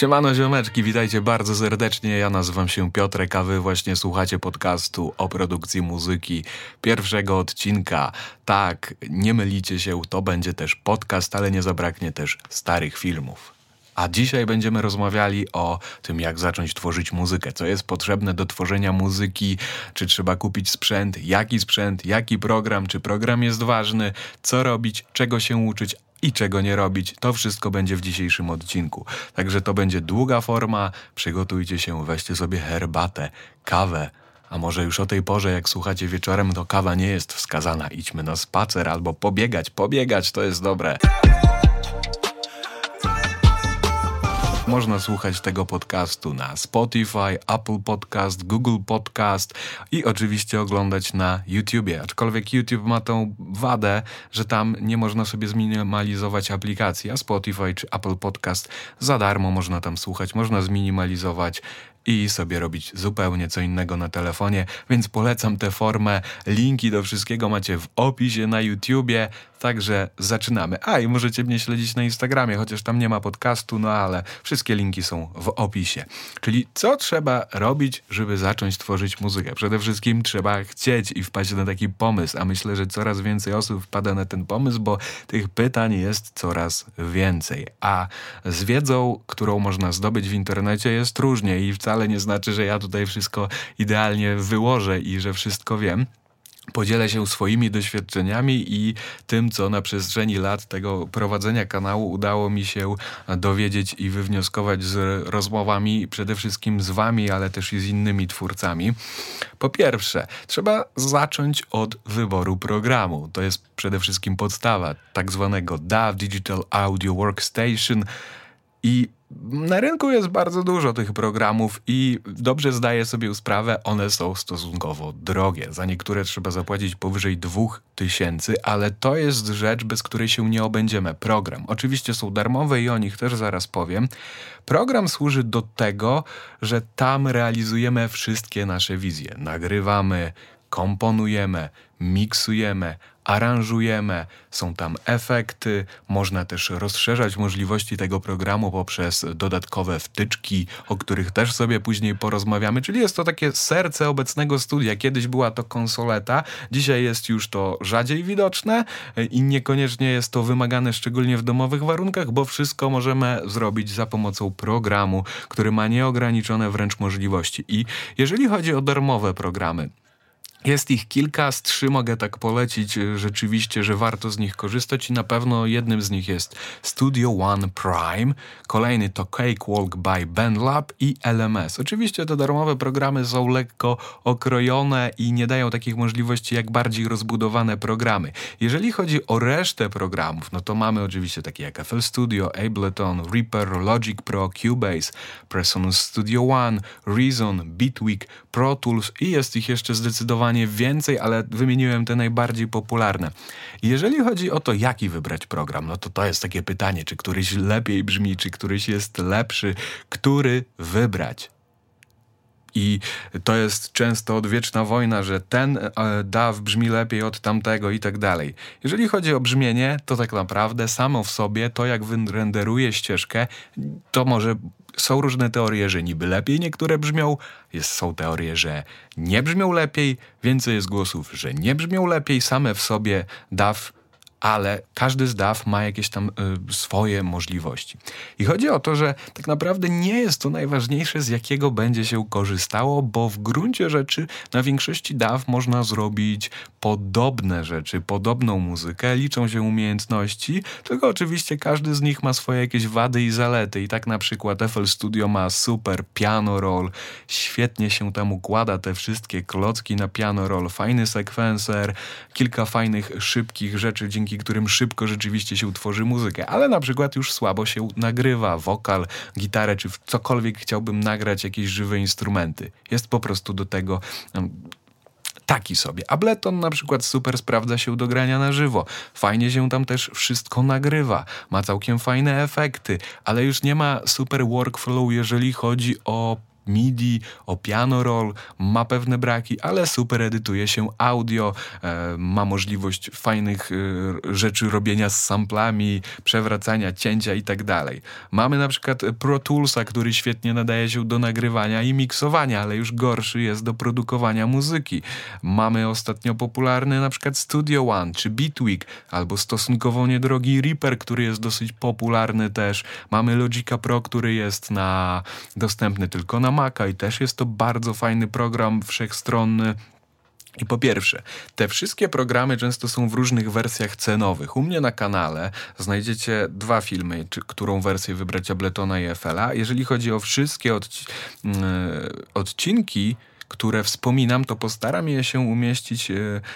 Siemano ziomeczki, witajcie bardzo serdecznie, ja nazywam się Piotrek, a wy właśnie słuchacie podcastu o produkcji muzyki, pierwszego odcinka. Tak, nie mylicie się, to będzie też podcast, ale nie zabraknie też starych filmów. A dzisiaj będziemy rozmawiali o tym, jak zacząć tworzyć muzykę, co jest potrzebne do tworzenia muzyki, czy trzeba kupić sprzęt, jaki program, czy program jest ważny, co robić, czego się uczyć i czego nie robić. To wszystko będzie w dzisiejszym odcinku. Także to będzie długa forma, przygotujcie się, weźcie sobie herbatę, kawę, a może już o tej porze, jak słuchacie wieczorem, to kawa nie jest wskazana, idźmy na spacer albo pobiegać to jest dobre. Można słuchać tego podcastu na Spotify, Apple Podcast, Google Podcast i oczywiście oglądać na YouTubie. Aczkolwiek YouTube ma tą wadę, że tam nie można sobie zminimalizować aplikacji, a Spotify czy Apple Podcast za darmo można tam słuchać, można zminimalizować i sobie robić zupełnie co innego na telefonie, więc polecam tę formę. Linki do wszystkiego macie w opisie na YouTubie, także zaczynamy. I możecie mnie śledzić na Instagramie, chociaż tam nie ma podcastu, no ale wszystkie linki są w opisie. Czyli co trzeba robić, żeby zacząć tworzyć muzykę? Przede wszystkim trzeba chcieć i wpaść na taki pomysł, a myślę, że coraz więcej osób wpada na ten pomysł, bo tych pytań jest coraz więcej. A z wiedzą, którą można zdobyć w internecie, jest różnie i wcale nie znaczy, że ja tutaj wszystko idealnie wyłożę i że wszystko wiem. Podzielę się swoimi doświadczeniami i tym, co na przestrzeni lat tego prowadzenia kanału udało mi się dowiedzieć i wywnioskować z rozmowami przede wszystkim z wami, ale też i z innymi twórcami. Po pierwsze, trzeba zacząć od wyboru programu. To jest przede wszystkim podstawa tak zwanego DAW, Digital Audio Workstation, i na rynku jest bardzo dużo tych programów i dobrze zdaję sobie sprawę, one są stosunkowo drogie. Za niektóre trzeba zapłacić powyżej 2000, ale to jest rzecz, bez której się nie obędziemy. Program. Oczywiście są darmowe i o nich też zaraz powiem. Program służy do tego, że tam realizujemy wszystkie nasze wizje. Nagrywamy, komponujemy, miksujemy, aranżujemy, są tam efekty, można też rozszerzać możliwości tego programu poprzez dodatkowe wtyczki, o których też sobie później porozmawiamy, czyli jest to takie serce obecnego studia. Kiedyś była to konsoleta, dzisiaj jest już to rzadziej widoczne i niekoniecznie jest to wymagane szczególnie w domowych warunkach, bo wszystko możemy zrobić za pomocą programu, który ma nieograniczone wręcz możliwości. I jeżeli chodzi o darmowe programy, jest ich kilka, z 3 mogę tak polecić rzeczywiście, że warto z nich korzystać i na pewno jednym z nich jest Studio One Prime, kolejny to Cakewalk by BandLab i LMS. Oczywiście te darmowe programy są lekko okrojone i nie dają takich możliwości jak bardziej rozbudowane programy. Jeżeli chodzi o resztę programów, no to mamy oczywiście takie jak FL Studio, Ableton, Reaper, Logic Pro, Cubase, Presonus Studio One, Reason, Beatwig, Pro Tools i jest ich jeszcze zdecydowanie więcej, ale wymieniłem te najbardziej popularne. Jeżeli chodzi o to, jaki wybrać program, no to jest takie pytanie, czy któryś lepiej brzmi, czy któryś jest lepszy, który wybrać. I to jest często odwieczna wojna, że ten DAW brzmi lepiej od tamtego i tak dalej. Jeżeli chodzi o brzmienie, to tak naprawdę samo w sobie to, jak renderuje ścieżkę, to może są różne teorie, że niby lepiej niektóre brzmią, są teorie, że nie brzmią lepiej, więcej jest głosów, że nie brzmią lepiej, same w sobie DAW, ale każdy z DAW ma jakieś tam swoje możliwości. I chodzi o to, że tak naprawdę nie jest to najważniejsze, z jakiego będzie się korzystało, bo w gruncie rzeczy na większości DAW można zrobić podobne rzeczy, podobną muzykę, liczą się umiejętności, tylko oczywiście każdy z nich ma swoje jakieś wady i zalety. I tak na przykład FL Studio ma super piano roll, świetnie się tam układa te wszystkie klocki na piano roll, fajny sekwenser, kilka fajnych, szybkich rzeczy, dzięki którym szybko rzeczywiście się tworzy muzykę, ale na przykład już słabo się nagrywa wokal, gitarę, czy cokolwiek chciałbym nagrać, jakieś żywe instrumenty. Jest po prostu do tego taki sobie. Ableton na przykład super sprawdza się do grania na żywo. Fajnie się tam też wszystko nagrywa. Ma całkiem fajne efekty, ale już nie ma super workflow, jeżeli chodzi o MIDI, o piano roll, ma pewne braki, ale super edytuje się audio, ma możliwość fajnych rzeczy robienia z samplami, przewracania, cięcia i tak dalej. Mamy na przykład Pro Toolsa, który świetnie nadaje się do nagrywania i miksowania, ale już gorszy jest do produkowania muzyki. Mamy ostatnio popularny na przykład Studio One czy Beatwig, albo stosunkowo niedrogi Reaper, który jest dosyć popularny też. Mamy Logica Pro, który jest dostępny tylko na Maca i też jest to bardzo fajny program wszechstronny. I po pierwsze, te wszystkie programy często są w różnych wersjach cenowych. U mnie na kanale znajdziecie 2 filmy, którą wersję wybrać Abletona i FL-a. Jeżeli chodzi o wszystkie odcinki, które wspominam, to postaram je się umieścić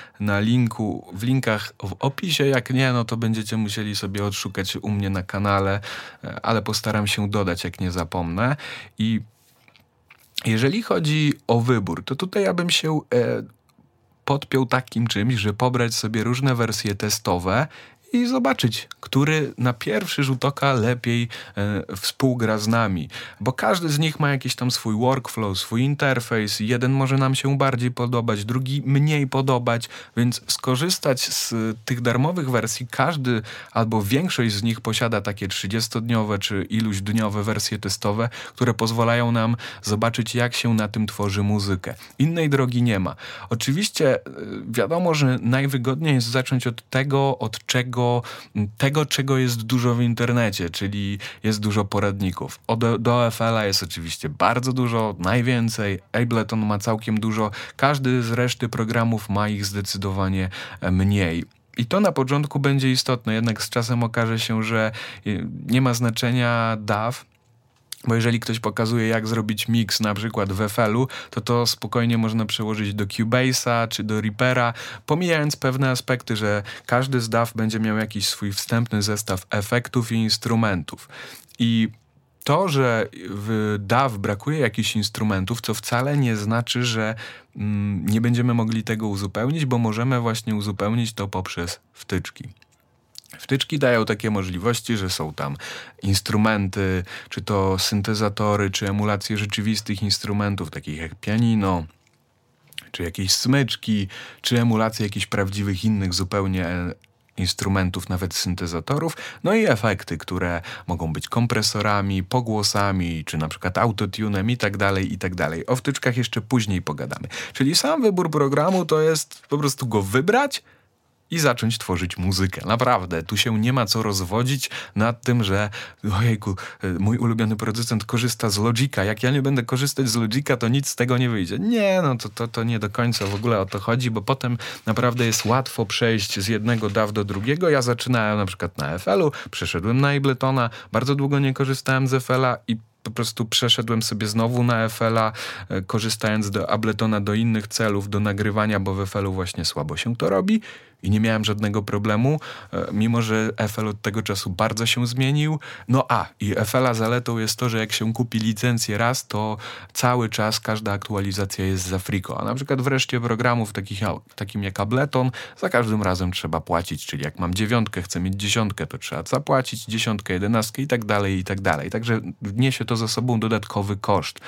w linkach w opisie. Jak nie, no to będziecie musieli sobie odszukać u mnie na kanale, ale postaram się dodać, jak nie zapomnę. I jeżeli chodzi o wybór, to tutaj ja bym się podpiął takim czymś, że pobrać sobie różne wersje testowe i zobaczyć, który na pierwszy rzut oka lepiej współgra z nami. Bo każdy z nich ma jakiś tam swój workflow, swój interfejs. Jeden może nam się bardziej podobać, drugi mniej podobać, więc skorzystać z tych darmowych wersji. Każdy albo większość z nich posiada takie 30-dniowe czy iluś dniowe wersje testowe, które pozwalają nam zobaczyć, jak się na tym tworzy muzykę. Innej drogi nie ma. Oczywiście wiadomo, że najwygodniej jest zacząć od tego, czego jest dużo w internecie, czyli jest dużo poradników. Do FL-a jest oczywiście bardzo dużo, najwięcej. Ableton ma całkiem dużo. Każdy z reszty programów ma ich zdecydowanie mniej. I to na początku będzie istotne, jednak z czasem okaże się, że nie ma znaczenia DAW, bo jeżeli ktoś pokazuje, jak zrobić mix na przykład w FL-u, to spokojnie można przełożyć do Cubase'a czy do Reapera, pomijając pewne aspekty, że każdy z DAW będzie miał jakiś swój wstępny zestaw efektów i instrumentów. I to, że w DAW brakuje jakichś instrumentów, co wcale nie znaczy, że nie będziemy mogli tego uzupełnić, bo możemy właśnie uzupełnić to poprzez wtyczki. Wtyczki dają takie możliwości, że są tam instrumenty, czy to syntezatory, czy emulacje rzeczywistych instrumentów, takich jak pianino, czy jakieś smyczki, czy emulacje jakichś prawdziwych innych zupełnie instrumentów, nawet syntezatorów, no i efekty, które mogą być kompresorami, pogłosami, czy na przykład autotunem i tak dalej, i tak dalej. O wtyczkach jeszcze później pogadamy. Czyli sam wybór programu to jest po prostu go wybrać i zacząć tworzyć muzykę. Naprawdę, tu się nie ma co rozwodzić nad tym, że ojejku, mój ulubiony producent korzysta z Logica. Jak ja nie będę korzystać z Logica, to nic z tego nie wyjdzie. Nie, no to nie do końca w ogóle o to chodzi, bo potem naprawdę jest łatwo przejść z jednego DAW do drugiego. Ja zaczynałem na przykład na FL-u, przeszedłem na Abletona, bardzo długo nie korzystałem z FL-a i po prostu przeszedłem sobie znowu na FL-a, korzystając do Abletona do innych celów, do nagrywania, bo w FL-u właśnie słabo się to robi i nie miałem żadnego problemu, mimo że FL od tego czasu bardzo się zmienił. I FL-a zaletą jest to, że jak się kupi licencję raz, to cały czas każda aktualizacja jest za friko. A na przykład wreszcie programów takim jak Ableton za każdym razem trzeba płacić, czyli jak mam 9, chcę mieć 10, to trzeba zapłacić 10, 11 i tak dalej, i tak dalej. Także niesie to za sobą dodatkowy koszt.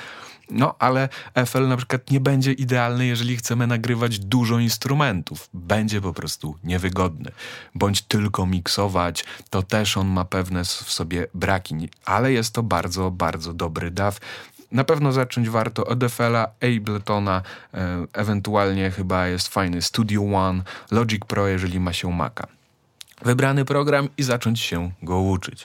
Ale FL na przykład nie będzie idealny, jeżeli chcemy nagrywać dużo instrumentów. Będzie po prostu niewygodny. Bądź tylko miksować, to też on ma pewne w sobie braki. Ale jest to bardzo, bardzo dobry DAW. Na pewno zacząć warto od FL-a, Abletona, ewentualnie chyba jest fajny Studio One, Logic Pro, jeżeli ma się Maca. Wybrany program i zacząć się go uczyć.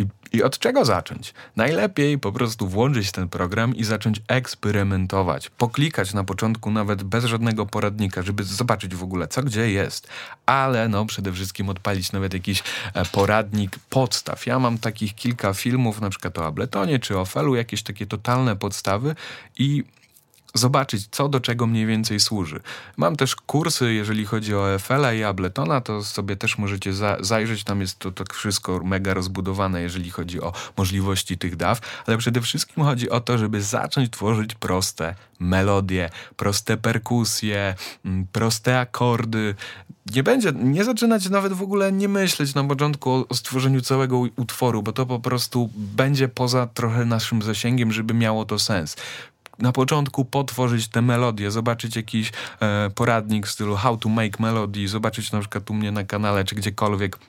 I od czego zacząć? Najlepiej po prostu włączyć ten program i zacząć eksperymentować. Poklikać na początku nawet bez żadnego poradnika, żeby zobaczyć w ogóle co gdzie jest. Ale przede wszystkim odpalić nawet jakiś poradnik podstaw. Ja mam takich kilka filmów, na przykład o Abletonie czy o FL-u, jakieś takie totalne podstawy i zobaczyć, co do czego mniej więcej służy. Mam też kursy, jeżeli chodzi o FL-a i Abletona, to sobie też możecie zajrzeć. Tam jest to tak wszystko mega rozbudowane, jeżeli chodzi o możliwości tych DAW, ale przede wszystkim chodzi o to, żeby zacząć tworzyć proste melodie, proste perkusje, proste akordy. Nie zaczynać nawet w ogóle nie myśleć na początku o stworzeniu całego utworu, bo to po prostu będzie poza trochę naszym zasięgiem, żeby miało to sens. na początku potworzyć te melodie, zobaczyć jakiś poradnik w stylu How to Make Melody, zobaczyć na przykład u mnie na kanale czy gdziekolwiek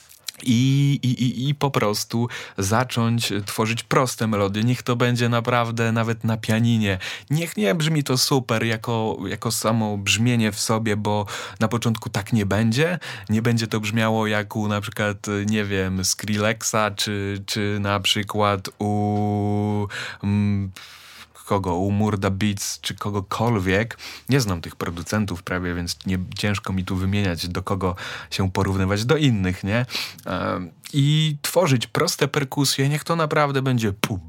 i po prostu zacząć tworzyć proste melodie. Niech to będzie naprawdę nawet na pianinie. Niech nie brzmi to super jako samo brzmienie w sobie, bo na początku tak nie będzie. Nie będzie to brzmiało jak u na przykład, nie wiem, Skrillexa, czy na przykład u Murda Beats, czy kogokolwiek. Nie znam tych producentów prawie, więc ciężko mi tu wymieniać, do kogo się porównywać, do innych, nie? I tworzyć proste perkusje, niech to naprawdę będzie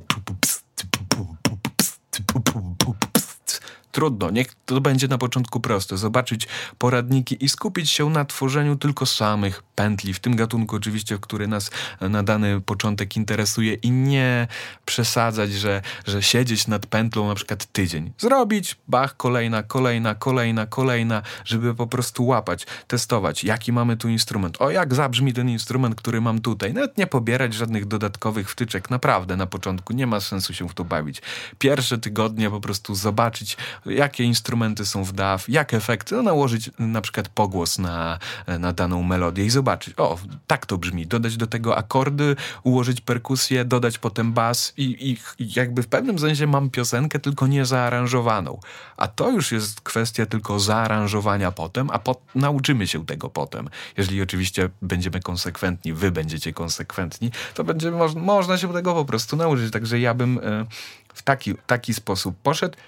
trudno, niech to będzie na początku proste. Zobaczyć poradniki i skupić się na tworzeniu tylko samych pętli. W tym gatunku oczywiście, w który nas na dany początek interesuje i nie przesadzać, że siedzieć nad pętlą na przykład tydzień. Zrobić, bach, kolejna, żeby po prostu łapać, testować, jaki mamy tu instrument. Jak zabrzmi ten instrument, który mam tutaj. Nawet nie pobierać żadnych dodatkowych wtyczek. Naprawdę na początku nie ma sensu się w to bawić. Pierwsze tygodnie po prostu zobaczyć, jakie instrumenty są w DAW, jak efekty, nałożyć na przykład pogłos na daną melodię i zobaczyć, tak to brzmi, dodać do tego akordy, ułożyć perkusję, dodać potem bas i jakby w pewnym sensie mam piosenkę, tylko nie zaaranżowaną. A to już jest kwestia tylko zaaranżowania potem, nauczymy się tego potem. Jeżeli oczywiście będziemy konsekwentni, wy będziecie konsekwentni, to będzie można się tego po prostu nauczyć. Także ja bym w taki sposób poszedł.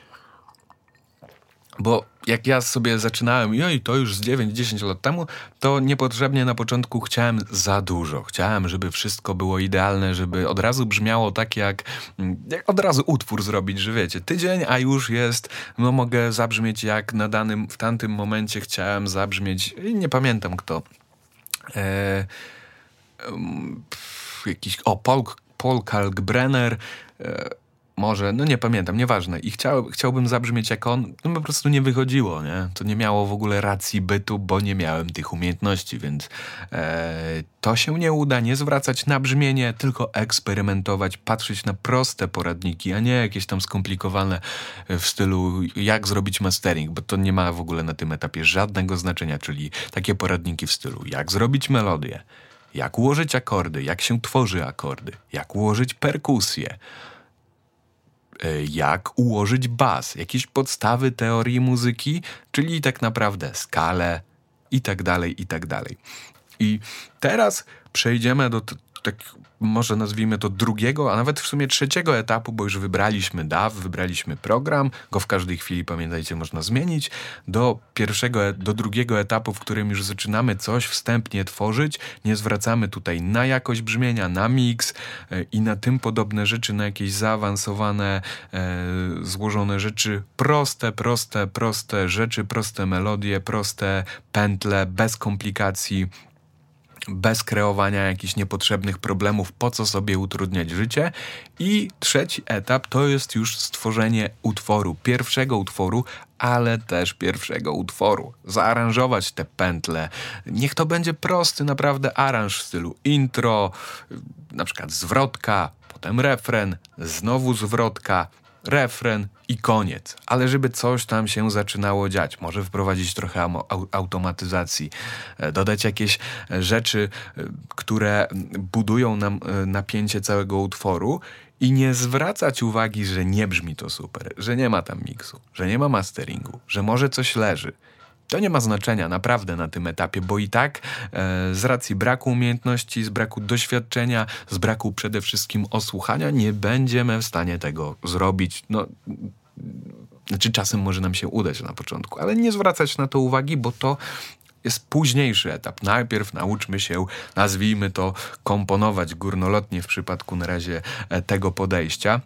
Bo jak ja sobie zaczynałem, i to już z 9-10 lat temu, to niepotrzebnie na początku chciałem za dużo. Chciałem, żeby wszystko było idealne, żeby od razu brzmiało tak jak od razu utwór zrobić, że wiecie, tydzień, a już jest, mogę zabrzmieć jak w tamtym momencie chciałem zabrzmieć, nie pamiętam kto. Paul Kalkbrenner, może, nie pamiętam, nieważne. I chciałbym zabrzmieć jak on, po prostu nie wychodziło, nie? To nie miało w ogóle racji bytu, bo nie miałem tych umiejętności, więc to się nie uda, nie zwracać na brzmienie, tylko eksperymentować, patrzeć na proste poradniki, a nie jakieś tam skomplikowane w stylu jak zrobić mastering, bo to nie ma w ogóle na tym etapie żadnego znaczenia, czyli takie poradniki w stylu jak zrobić melodię, jak ułożyć akordy, jak się tworzy akordy, jak ułożyć perkusję, jak ułożyć bas, jakieś podstawy teorii muzyki, czyli tak naprawdę skalę i tak dalej, i tak dalej. I teraz przejdziemy do może nazwijmy to drugiego, a nawet w sumie trzeciego etapu, bo już wybraliśmy DAW, wybraliśmy program, go w każdej chwili, pamiętajcie, można zmienić, do drugiego etapu, w którym już zaczynamy coś wstępnie tworzyć, nie zwracamy tutaj na jakość brzmienia, na mix i na tym podobne rzeczy, na jakieś zaawansowane, złożone rzeczy, proste rzeczy, proste melodie, proste pętle, bez komplikacji, bez kreowania jakichś niepotrzebnych problemów, po co sobie utrudniać życie. I trzeci etap to jest już stworzenie utworu, pierwszego utworu, ale też pierwszego utworu. Zaaranżować te pętle. Niech to będzie prosty naprawdę aranż w stylu intro, na przykład zwrotka, potem refren, znowu zwrotka, refren i koniec. Ale żeby coś tam się zaczynało dziać, może wprowadzić trochę automatyzacji, dodać jakieś rzeczy, które budują nam napięcie całego utworu i nie zwracać uwagi, że nie brzmi to super, że nie ma tam miksu, że nie ma masteringu, że może coś leży. To nie ma znaczenia naprawdę na tym etapie, bo i tak z racji braku umiejętności, z braku doświadczenia, z braku przede wszystkim osłuchania nie będziemy w stanie tego zrobić. Znaczy czasem może nam się udać na początku, ale nie zwracać na to uwagi, bo to jest późniejszy etap. Najpierw nauczmy się, nazwijmy to, komponować górnolotnie w przypadku na razie tego podejścia.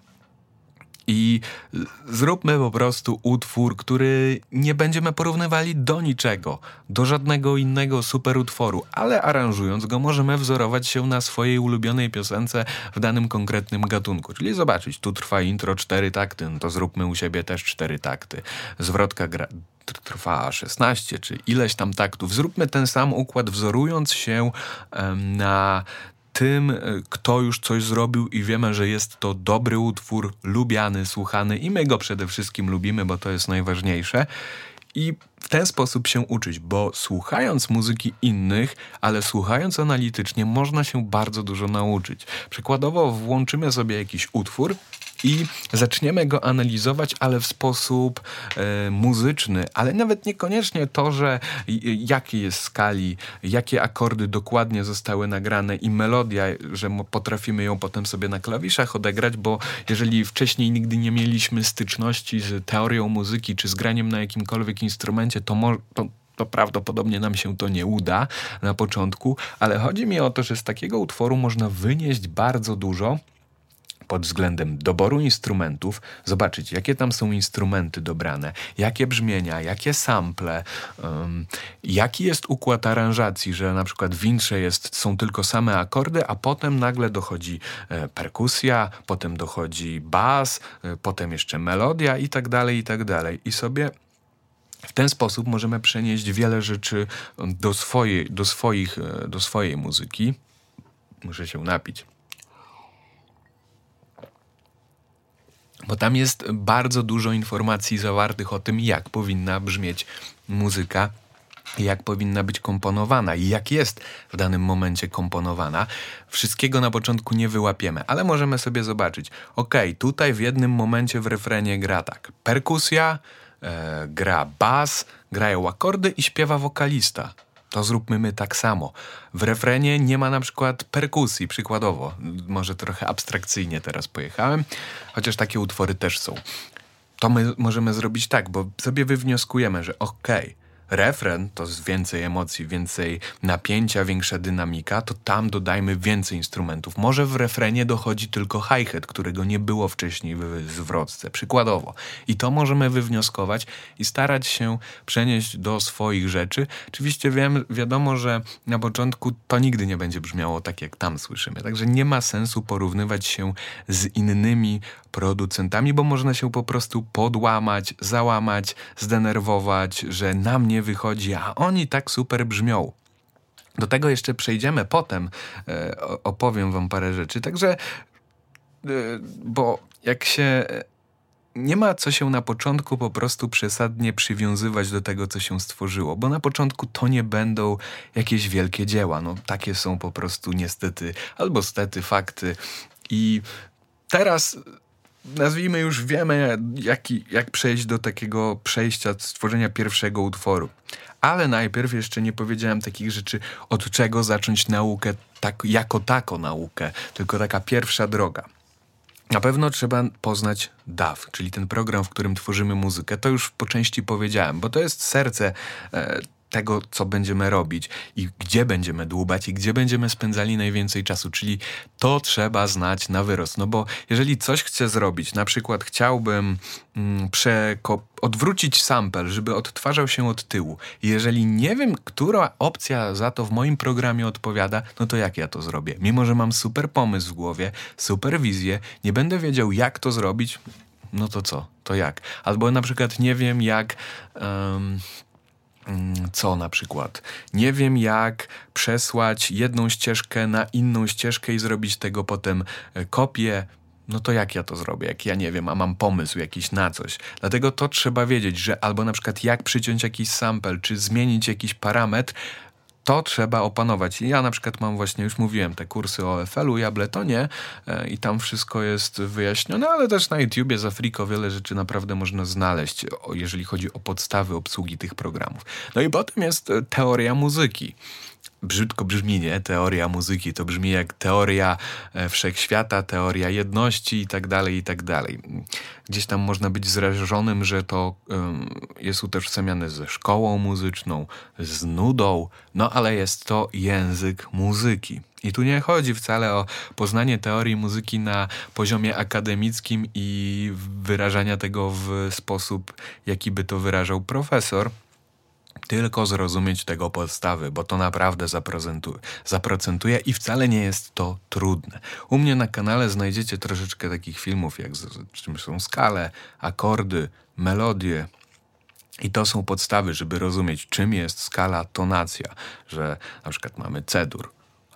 I zróbmy po prostu utwór, który nie będziemy porównywali do niczego, do żadnego innego super utworu, ale aranżując go możemy wzorować się na swojej ulubionej piosence w danym konkretnym gatunku. Czyli zobaczyć, tu trwa intro 4 takty, to zróbmy u siebie też 4 takty. Zwrotka trwa 16 czy ileś tam taktów. Zróbmy ten sam układ, wzorując się na tym, kto już coś zrobił i wiemy, że jest to dobry utwór, lubiany, słuchany i my go przede wszystkim lubimy, bo to jest najważniejsze. I w ten sposób się uczyć, bo słuchając muzyki innych, ale słuchając analitycznie, można się bardzo dużo nauczyć. Przykładowo włączymy sobie jakiś utwór i zaczniemy go analizować, ale w sposób muzyczny, ale nawet niekoniecznie to, że jakie jest skali, jakie akordy dokładnie zostały nagrane i melodia, że potrafimy ją potem sobie na klawiszach odegrać, bo jeżeli wcześniej nigdy nie mieliśmy styczności z teorią muzyki czy z graniem na jakimkolwiek instrumencie, to prawdopodobnie nam się to nie uda na początku, ale chodzi mi o to, że z takiego utworu można wynieść bardzo dużo pod względem doboru instrumentów, zobaczyć, jakie tam są instrumenty dobrane, jakie brzmienia, jakie sample, jaki jest układ aranżacji, że na przykład w intrze są tylko same akordy, a potem nagle dochodzi perkusja, potem dochodzi bas, potem jeszcze melodia i tak dalej, i tak dalej. I sobie w ten sposób możemy przenieść wiele rzeczy do swojej muzyki. Muszę się napić. Bo tam jest bardzo dużo informacji zawartych o tym, jak powinna brzmieć muzyka, jak powinna być komponowana i jak jest w danym momencie komponowana. Wszystkiego na początku nie wyłapiemy, ale możemy sobie zobaczyć. Tutaj w jednym momencie w refrenie gra tak perkusja, gra bas, grają akordy i śpiewa wokalista. To zróbmy my tak samo. W refrenie nie ma na przykład perkusji, przykładowo. Może trochę abstrakcyjnie teraz pojechałem, chociaż takie utwory też są. To my możemy zrobić tak, bo sobie wywnioskujemy, że refren to jest więcej emocji, więcej napięcia, większa dynamika, to tam dodajmy więcej instrumentów. Może w refrenie dochodzi tylko hi-hat, którego nie było wcześniej w zwrotce, przykładowo. I to możemy wywnioskować i starać się przenieść do swoich rzeczy. Oczywiście wiadomo, że na początku to nigdy nie będzie brzmiało tak, jak tam słyszymy. Także nie ma sensu porównywać się z innymi producentami, bo można się po prostu podłamać, załamać, zdenerwować, że nam nie wychodzi, a oni tak super brzmią. Do tego jeszcze przejdziemy potem, opowiem wam parę rzeczy. Także, bo jak się... Nie ma co się na początku po prostu przesadnie przywiązywać do tego, co się stworzyło, bo na początku to nie będą jakieś wielkie dzieła. No takie są po prostu niestety albo stety fakty. I teraz... Nazwijmy, już wiemy, jak przejść do takiego przejścia, stworzenia pierwszego utworu. Ale najpierw jeszcze nie powiedziałem takich rzeczy, od czego zacząć naukę, jako taką naukę, tylko taka pierwsza droga. Na pewno trzeba poznać DAW, czyli ten program, w którym tworzymy muzykę. To już po części powiedziałem, bo to jest serce tego, co będziemy robić i gdzie będziemy dłubać i gdzie będziemy spędzali najwięcej czasu, czyli to trzeba znać na wyrost. No bo jeżeli coś chcę zrobić, na przykład chciałbym odwrócić sample, żeby odtwarzał się od tyłu. I jeżeli nie wiem, która opcja za to w moim programie odpowiada, no to jak ja to zrobię? Mimo że mam super pomysł w głowie, super wizję, nie będę wiedział, jak to zrobić, no to co? To jak? Albo na przykład nie wiem, jak... Co na przykład? Nie wiem, jak przesłać jedną ścieżkę na inną ścieżkę i zrobić tego potem kopię. No to jak ja to zrobię? Jak ja nie wiem, a mam pomysł jakiś na coś. Dlatego to trzeba wiedzieć, że albo na przykład jak przyciąć jakiś sample, czy zmienić jakiś parametr, to trzeba opanować. Ja na przykład mam właśnie, już mówiłem, te kursy o FL-u i Abletonie i tam wszystko jest wyjaśnione, ale też na YouTubie za friko wiele rzeczy naprawdę można znaleźć, jeżeli chodzi o podstawy obsługi tych programów. No i potem jest teoria muzyki. Brzydko brzmi, nie? Teoria muzyki to brzmi jak teoria wszechświata, teoria jedności i tak dalej, i tak dalej. Gdzieś tam można być zrażonym, że to jest utożsamiane ze szkołą muzyczną, z nudą, no ale jest to język muzyki. I tu nie chodzi wcale o poznanie teorii muzyki na poziomie akademickim i wyrażania tego w sposób, jaki by to wyrażał profesor, tylko zrozumieć tego podstawy, bo to naprawdę zaprocentuje i wcale nie jest to trudne. U mnie na kanale znajdziecie troszeczkę takich filmów, jak czym są skale, akordy, melodie. I to są podstawy, żeby rozumieć, czym jest skala, tonacja, że na przykład mamy C-dur,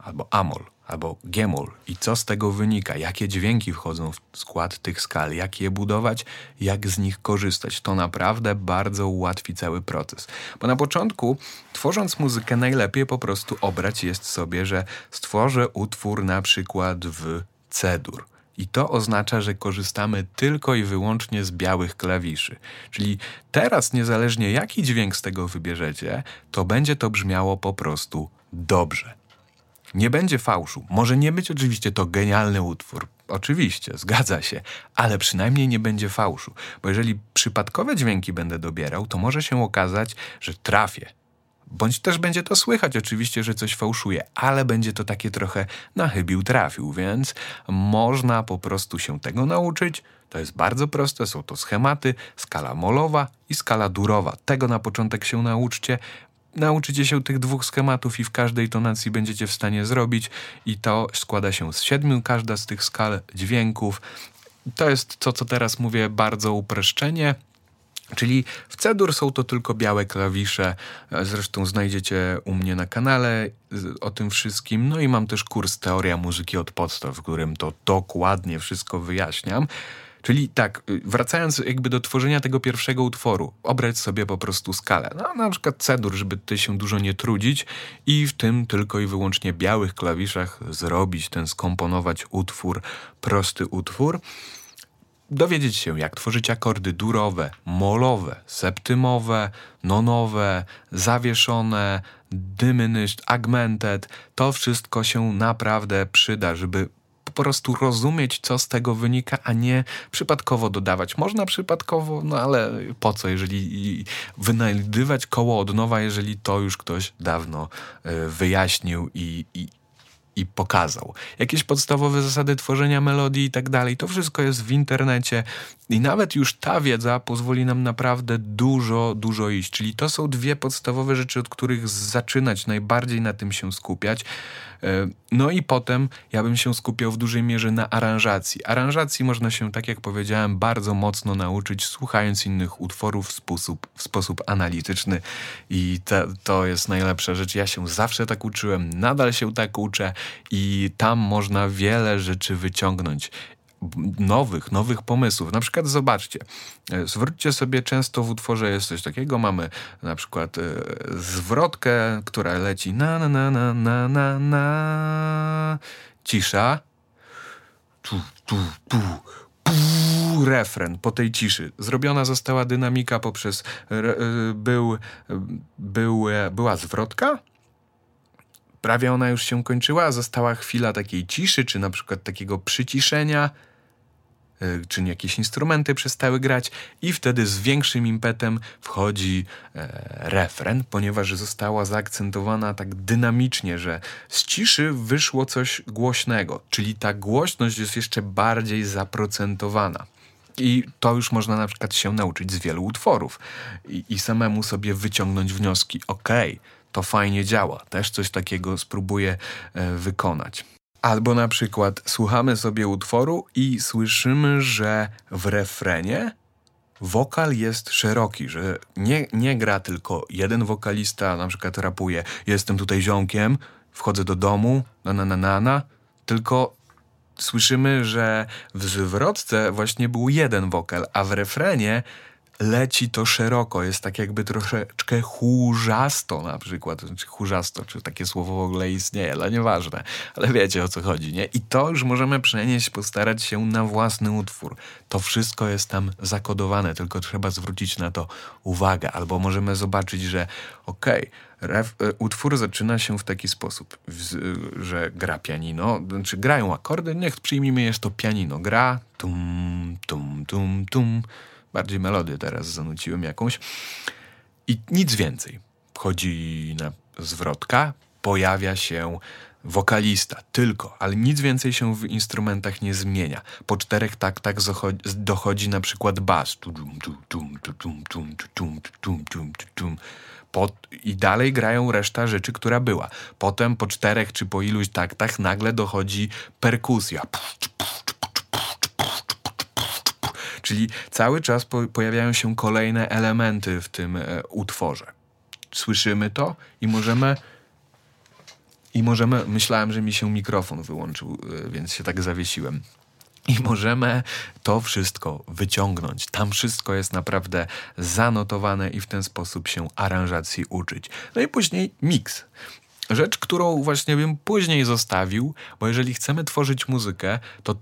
albo amol, albo gemol i co z tego wynika, jakie dźwięki wchodzą w skład tych skal, jak je budować, jak z nich korzystać. To naprawdę bardzo ułatwi cały proces. Bo na początku, tworząc muzykę, najlepiej po prostu obrać jest sobie, że stworzę utwór na przykład w C-dur. I to oznacza, że korzystamy tylko i wyłącznie z białych klawiszy. Czyli teraz, niezależnie jaki dźwięk z tego wybierzecie, to będzie to brzmiało po prostu dobrze. Nie będzie fałszu. Może nie być oczywiście to genialny utwór. Oczywiście, zgadza się, ale przynajmniej nie będzie fałszu. Bo jeżeli przypadkowe dźwięki będę dobierał, to może się okazać, że trafię. Bądź też będzie to słychać oczywiście, że coś fałszuje, ale będzie to takie trochę na chybił trafił, więc można po prostu się tego nauczyć. To jest bardzo proste, są to schematy, skala molowa i skala durowa. Tego na początek się nauczcie. Nauczycie się tych 2 schematów i w każdej tonacji będziecie w stanie zrobić i to składa się z 7, każda z tych skal dźwięków. To jest to, co teraz mówię, bardzo uproszczenie. Czyli w C-dur są to tylko białe klawisze, zresztą znajdziecie u mnie na kanale o tym wszystkim. No i mam też kurs Teoria muzyki od podstaw, w którym to dokładnie wszystko wyjaśniam. Czyli tak, wracając jakby do tworzenia tego pierwszego utworu, obrać sobie po prostu skalę. No na przykład C-dur, żeby tutaj się dużo nie trudzić i w tym tylko i wyłącznie białych klawiszach zrobić skomponować utwór, prosty utwór. Dowiedzieć się, jak tworzyć akordy durowe, molowe, septymowe, nonowe, zawieszone, diminished, augmented. To wszystko się naprawdę przyda, żeby po prostu rozumieć, co z tego wynika, a nie przypadkowo dodawać. Można przypadkowo, no ale po co, jeżeli wynajdywać koło od nowa, jeżeli to już ktoś dawno wyjaśnił i pokazał. Jakieś podstawowe zasady tworzenia melodii i tak dalej. To wszystko jest w internecie i nawet już ta wiedza pozwoli nam naprawdę dużo iść. Czyli to są 2 podstawowe rzeczy, od których zaczynać, najbardziej na tym się skupiać. No i potem ja bym się skupiał w dużej mierze na aranżacji. Aranżacji można się, tak jak powiedziałem, bardzo mocno nauczyć, słuchając innych utworów w sposób analityczny i to jest najlepsza rzecz. Ja się zawsze tak uczyłem, nadal się tak uczę i tam można wiele rzeczy wyciągnąć. Nowych pomysłów. Na przykład zobaczcie, zwróćcie sobie, często w utworze jest coś takiego, mamy na przykład zwrotkę, która leci na, cisza, refren po tej ciszy. Zrobiona została dynamika poprzez była zwrotka, prawie ona już się kończyła, została chwila takiej ciszy, czy na przykład takiego przyciszenia, czy jakieś instrumenty przestały grać i wtedy z większym impetem wchodzi refren, ponieważ została zaakcentowana tak dynamicznie, że z ciszy wyszło coś głośnego, czyli ta głośność jest jeszcze bardziej zaprocentowana. I to już można na przykład się nauczyć z wielu utworów i samemu sobie wyciągnąć wnioski. Okej, to fajnie działa, też coś takiego spróbuję wykonać. Albo na przykład słuchamy sobie utworu i słyszymy, że w refrenie wokal jest szeroki, że nie gra tylko jeden wokalista, na przykład rapuje, jestem tutaj ziomkiem, wchodzę do domu, tylko słyszymy, że w zwrotce właśnie był jeden wokal, a w refrenie leci to szeroko, jest tak jakby troszeczkę chórzasto na przykład, czy chórzasto, czy takie słowo w ogóle istnieje, ale nieważne, ale wiecie o co chodzi, nie? I to już możemy przenieść, postarać się na własny utwór. To wszystko jest tam zakodowane, tylko trzeba zwrócić na to uwagę, albo możemy zobaczyć, że utwór zaczyna się w taki sposób, że gra pianino, znaczy grają akordy, niech przyjmijmy, jest to pianino, gra, tum, tum, tum, tum, bardziej melodię teraz zanuciłem jakąś i nic więcej. Wchodzi na zwrotka, pojawia się wokalista, tylko, ale nic więcej się w instrumentach nie zmienia. Po 4 taktach dochodzi na przykład bas. I dalej grają reszta rzeczy, która była. Potem po 4 czy po iluś taktach nagle dochodzi perkusja. Czyli cały czas pojawiają się kolejne elementy w tym utworze. Słyszymy to i I myślałem, że mi się mikrofon wyłączył, więc się tak zawiesiłem. I możemy to wszystko wyciągnąć. Tam wszystko jest naprawdę zanotowane i w ten sposób się aranżacji uczyć. No i później miks. Rzecz, którą właśnie bym później zostawił, bo jeżeli chcemy tworzyć muzykę,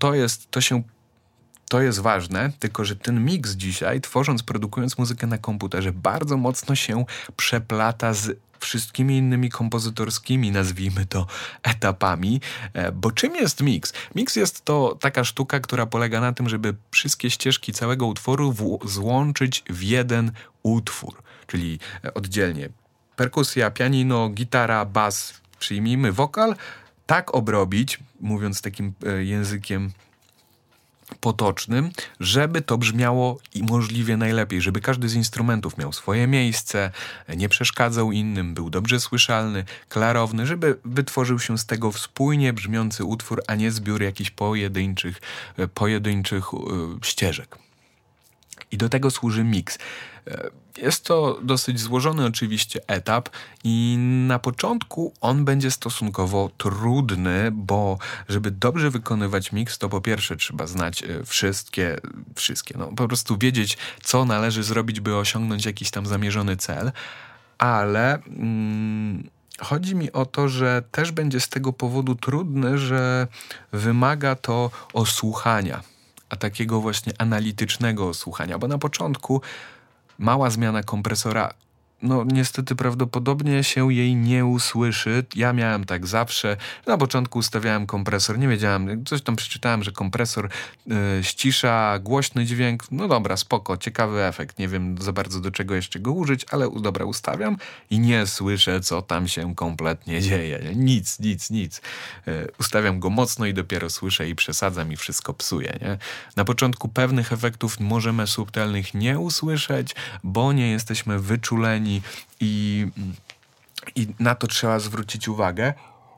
to jest ważne, tylko że ten miks dzisiaj, produkując muzykę na komputerze, bardzo mocno się przeplata z wszystkimi innymi kompozytorskimi, nazwijmy to, etapami. Bo czym jest miks? Miks jest to taka sztuka, która polega na tym, żeby wszystkie ścieżki całego utworu złączyć w jeden utwór. Czyli oddzielnie perkusja, pianino, gitara, bas, przyjmijmy wokal, tak obrobić, mówiąc takim językiem potocznym, żeby to brzmiało i możliwie najlepiej, żeby każdy z instrumentów miał swoje miejsce, nie przeszkadzał innym, był dobrze słyszalny, klarowny, żeby wytworzył się z tego spójnie brzmiący utwór, a nie zbiór jakichś pojedynczych ścieżek. I do tego służy miks. Jest to dosyć złożony oczywiście etap i na początku on będzie stosunkowo trudny, bo żeby dobrze wykonywać miks, to po pierwsze trzeba znać wszystkie, no po prostu wiedzieć, co należy zrobić, by osiągnąć jakiś tam zamierzony cel, ale chodzi mi o to, że też będzie z tego powodu trudny, że wymaga to osłuchania, a takiego właśnie analitycznego słuchania, bo na początku mała zmiana kompresora, no niestety prawdopodobnie się jej nie usłyszy. Ja miałem tak zawsze. Na początku ustawiałem kompresor, nie wiedziałem, coś tam przeczytałem, że kompresor ścisza głośny dźwięk. No dobra, spoko, ciekawy efekt. Nie wiem za bardzo do czego jeszcze go użyć, ale dobra, ustawiam i nie słyszę, co tam się kompletnie dzieje. Nic. Ustawiam go mocno i dopiero słyszę i przesadzam i wszystko psuję. Nie? Na początku pewnych efektów możemy subtelnych nie usłyszeć, bo nie jesteśmy wyczuleni i na to trzeba zwrócić uwagę.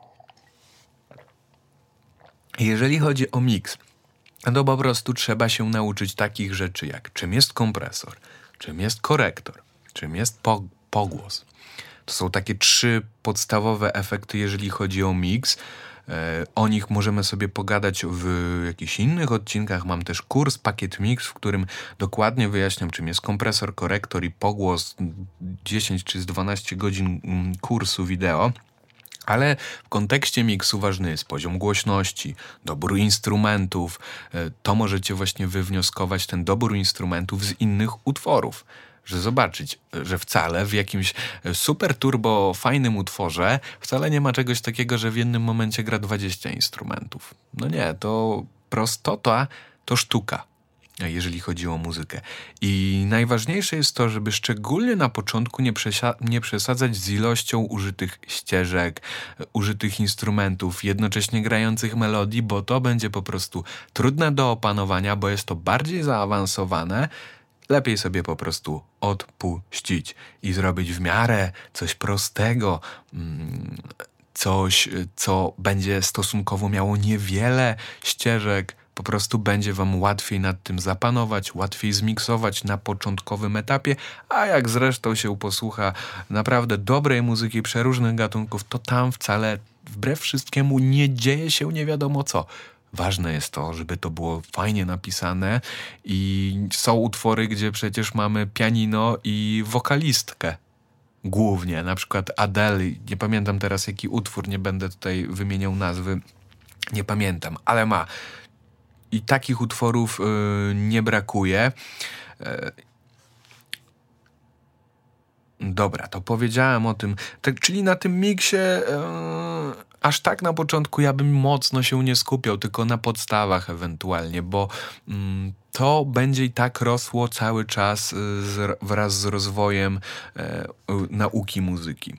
Jeżeli chodzi o miks, to po prostu trzeba się nauczyć takich rzeczy jak czym jest kompresor, czym jest korektor, czym jest pogłos. To są takie 3 podstawowe efekty, jeżeli chodzi o miks. O nich możemy sobie pogadać w jakichś innych odcinkach. Mam też kurs Pakiet Mix, w którym dokładnie wyjaśniam, czym jest kompresor, korektor i pogłos. 10 czy 12 godzin kursu wideo. Ale w kontekście miksu ważny jest poziom głośności, dobór instrumentów. To możecie właśnie wywnioskować ten dobór instrumentów z innych utworów. Że zobaczyć, że wcale w jakimś super turbo fajnym utworze wcale nie ma czegoś takiego, że w jednym momencie gra 20 instrumentów. No nie, to prostota to sztuka, jeżeli chodzi o muzykę. I najważniejsze jest to, żeby szczególnie na początku nie przesadzać z ilością użytych ścieżek, użytych instrumentów, jednocześnie grających melodii, bo to będzie po prostu trudne do opanowania, bo jest to bardziej zaawansowane. Lepiej sobie po prostu odpuścić i zrobić w miarę coś prostego, coś, co będzie stosunkowo miało niewiele ścieżek. Po prostu będzie wam łatwiej nad tym zapanować, łatwiej zmiksować na początkowym etapie, a jak zresztą się posłucha naprawdę dobrej muzyki przeróżnych gatunków, to tam wcale wbrew wszystkiemu nie dzieje się nie wiadomo co. Ważne jest to, żeby to było fajnie napisane i są utwory, gdzie przecież mamy pianino i wokalistkę głównie, na przykład Adele, nie pamiętam teraz jaki utwór, nie będę tutaj wymieniał nazwy, nie pamiętam, ale ma. I takich utworów nie brakuje. Dobra, to powiedziałem o tym. Tak, czyli na tym miksie aż tak na początku ja bym mocno się nie skupiał, tylko na podstawach ewentualnie, bo to będzie i tak rosło cały czas wraz z rozwojem nauki muzyki.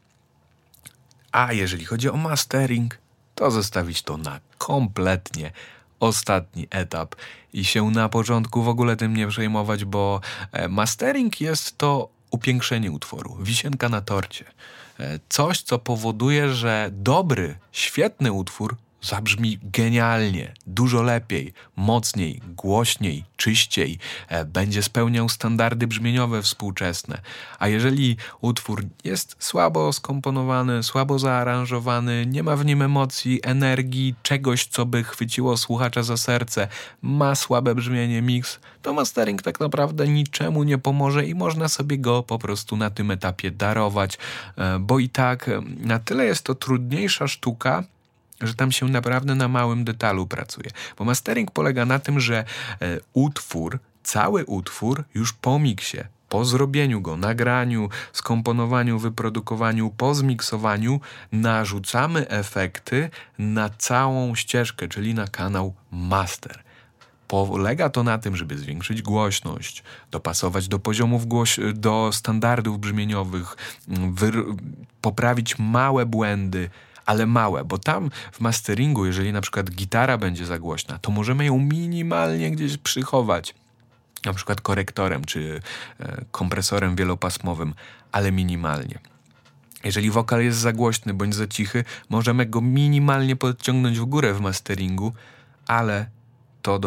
A jeżeli chodzi o mastering, to zostawić to na kompletnie ostatni etap i się na początku w ogóle tym nie przejmować, bo mastering jest to upiększenie utworu, wisienka na torcie. Coś, co powoduje, że dobry, świetny utwór zabrzmi genialnie, dużo lepiej, mocniej, głośniej, czyściej, będzie spełniał standardy brzmieniowe współczesne. A jeżeli utwór jest słabo skomponowany, słabo zaaranżowany, nie ma w nim emocji, energii, czegoś, co by chwyciło słuchacza za serce, ma słabe brzmienie, miks, to mastering tak naprawdę niczemu nie pomoże i można sobie go po prostu na tym etapie darować, bo i tak na tyle jest to trudniejsza sztuka, że tam się naprawdę na małym detalu pracuje. Bo mastering polega na tym, że cały utwór już po miksie, po zrobieniu go, nagraniu, skomponowaniu, wyprodukowaniu, po zmiksowaniu narzucamy efekty na całą ścieżkę, czyli na kanał master. Polega to na tym, żeby zwiększyć głośność, dopasować do poziomów do standardów brzmieniowych, poprawić małe błędy, ale małe, bo tam w masteringu, jeżeli na przykład gitara będzie za głośna, to możemy ją minimalnie gdzieś przychować, na przykład korektorem czy kompresorem wielopasmowym, ale minimalnie. Jeżeli wokal jest za głośny bądź za cichy, możemy go minimalnie podciągnąć w górę w masteringu, ale to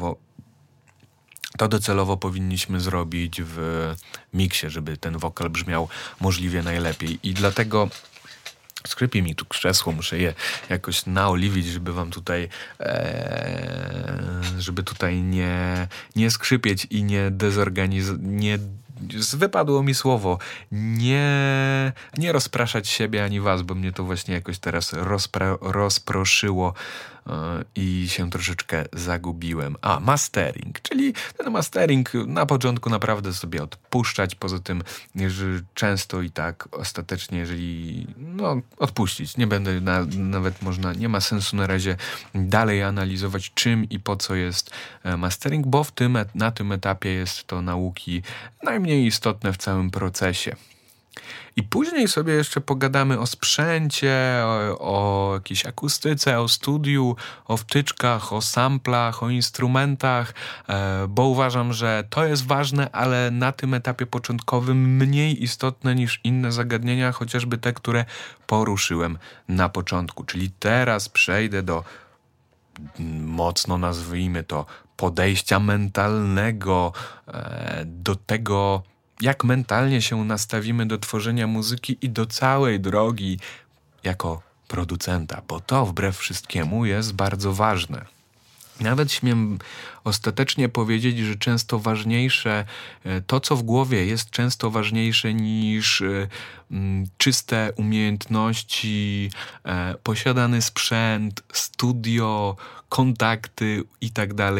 docelowo powinniśmy zrobić w miksie, żeby ten wokal brzmiał możliwie najlepiej. I dlatego skrypie mi tu krzesło, muszę je jakoś naoliwić, żeby wam tutaj żeby tutaj nie skrzypieć i nie wypadło mi słowo, nie rozpraszać siebie ani was, bo mnie to właśnie jakoś teraz rozproszyło i się troszeczkę zagubiłem. Mastering, czyli ten mastering na początku naprawdę sobie odpuszczać, poza tym że często i tak ostatecznie, jeżeli odpuścić, nie będę nie ma sensu na razie dalej analizować czym i po co jest mastering, bo na tym etapie jest to nauki najmniej istotne w całym procesie. I później sobie jeszcze pogadamy o sprzęcie, o jakiejś akustyce, o studiu, o wtyczkach, o samplach, o instrumentach, bo uważam, że to jest ważne, ale na tym etapie początkowym mniej istotne niż inne zagadnienia, chociażby te, które poruszyłem na początku. Czyli teraz przejdę do, mocno nazwijmy to, podejścia mentalnego, do tego, jak mentalnie się nastawimy do tworzenia muzyki i do całej drogi jako producenta, bo to wbrew wszystkiemu jest bardzo ważne. Nawet śmiem ostatecznie powiedzieć, że często ważniejsze, to co w głowie jest często ważniejsze niż czyste umiejętności, posiadany sprzęt, studio, kontakty itd.,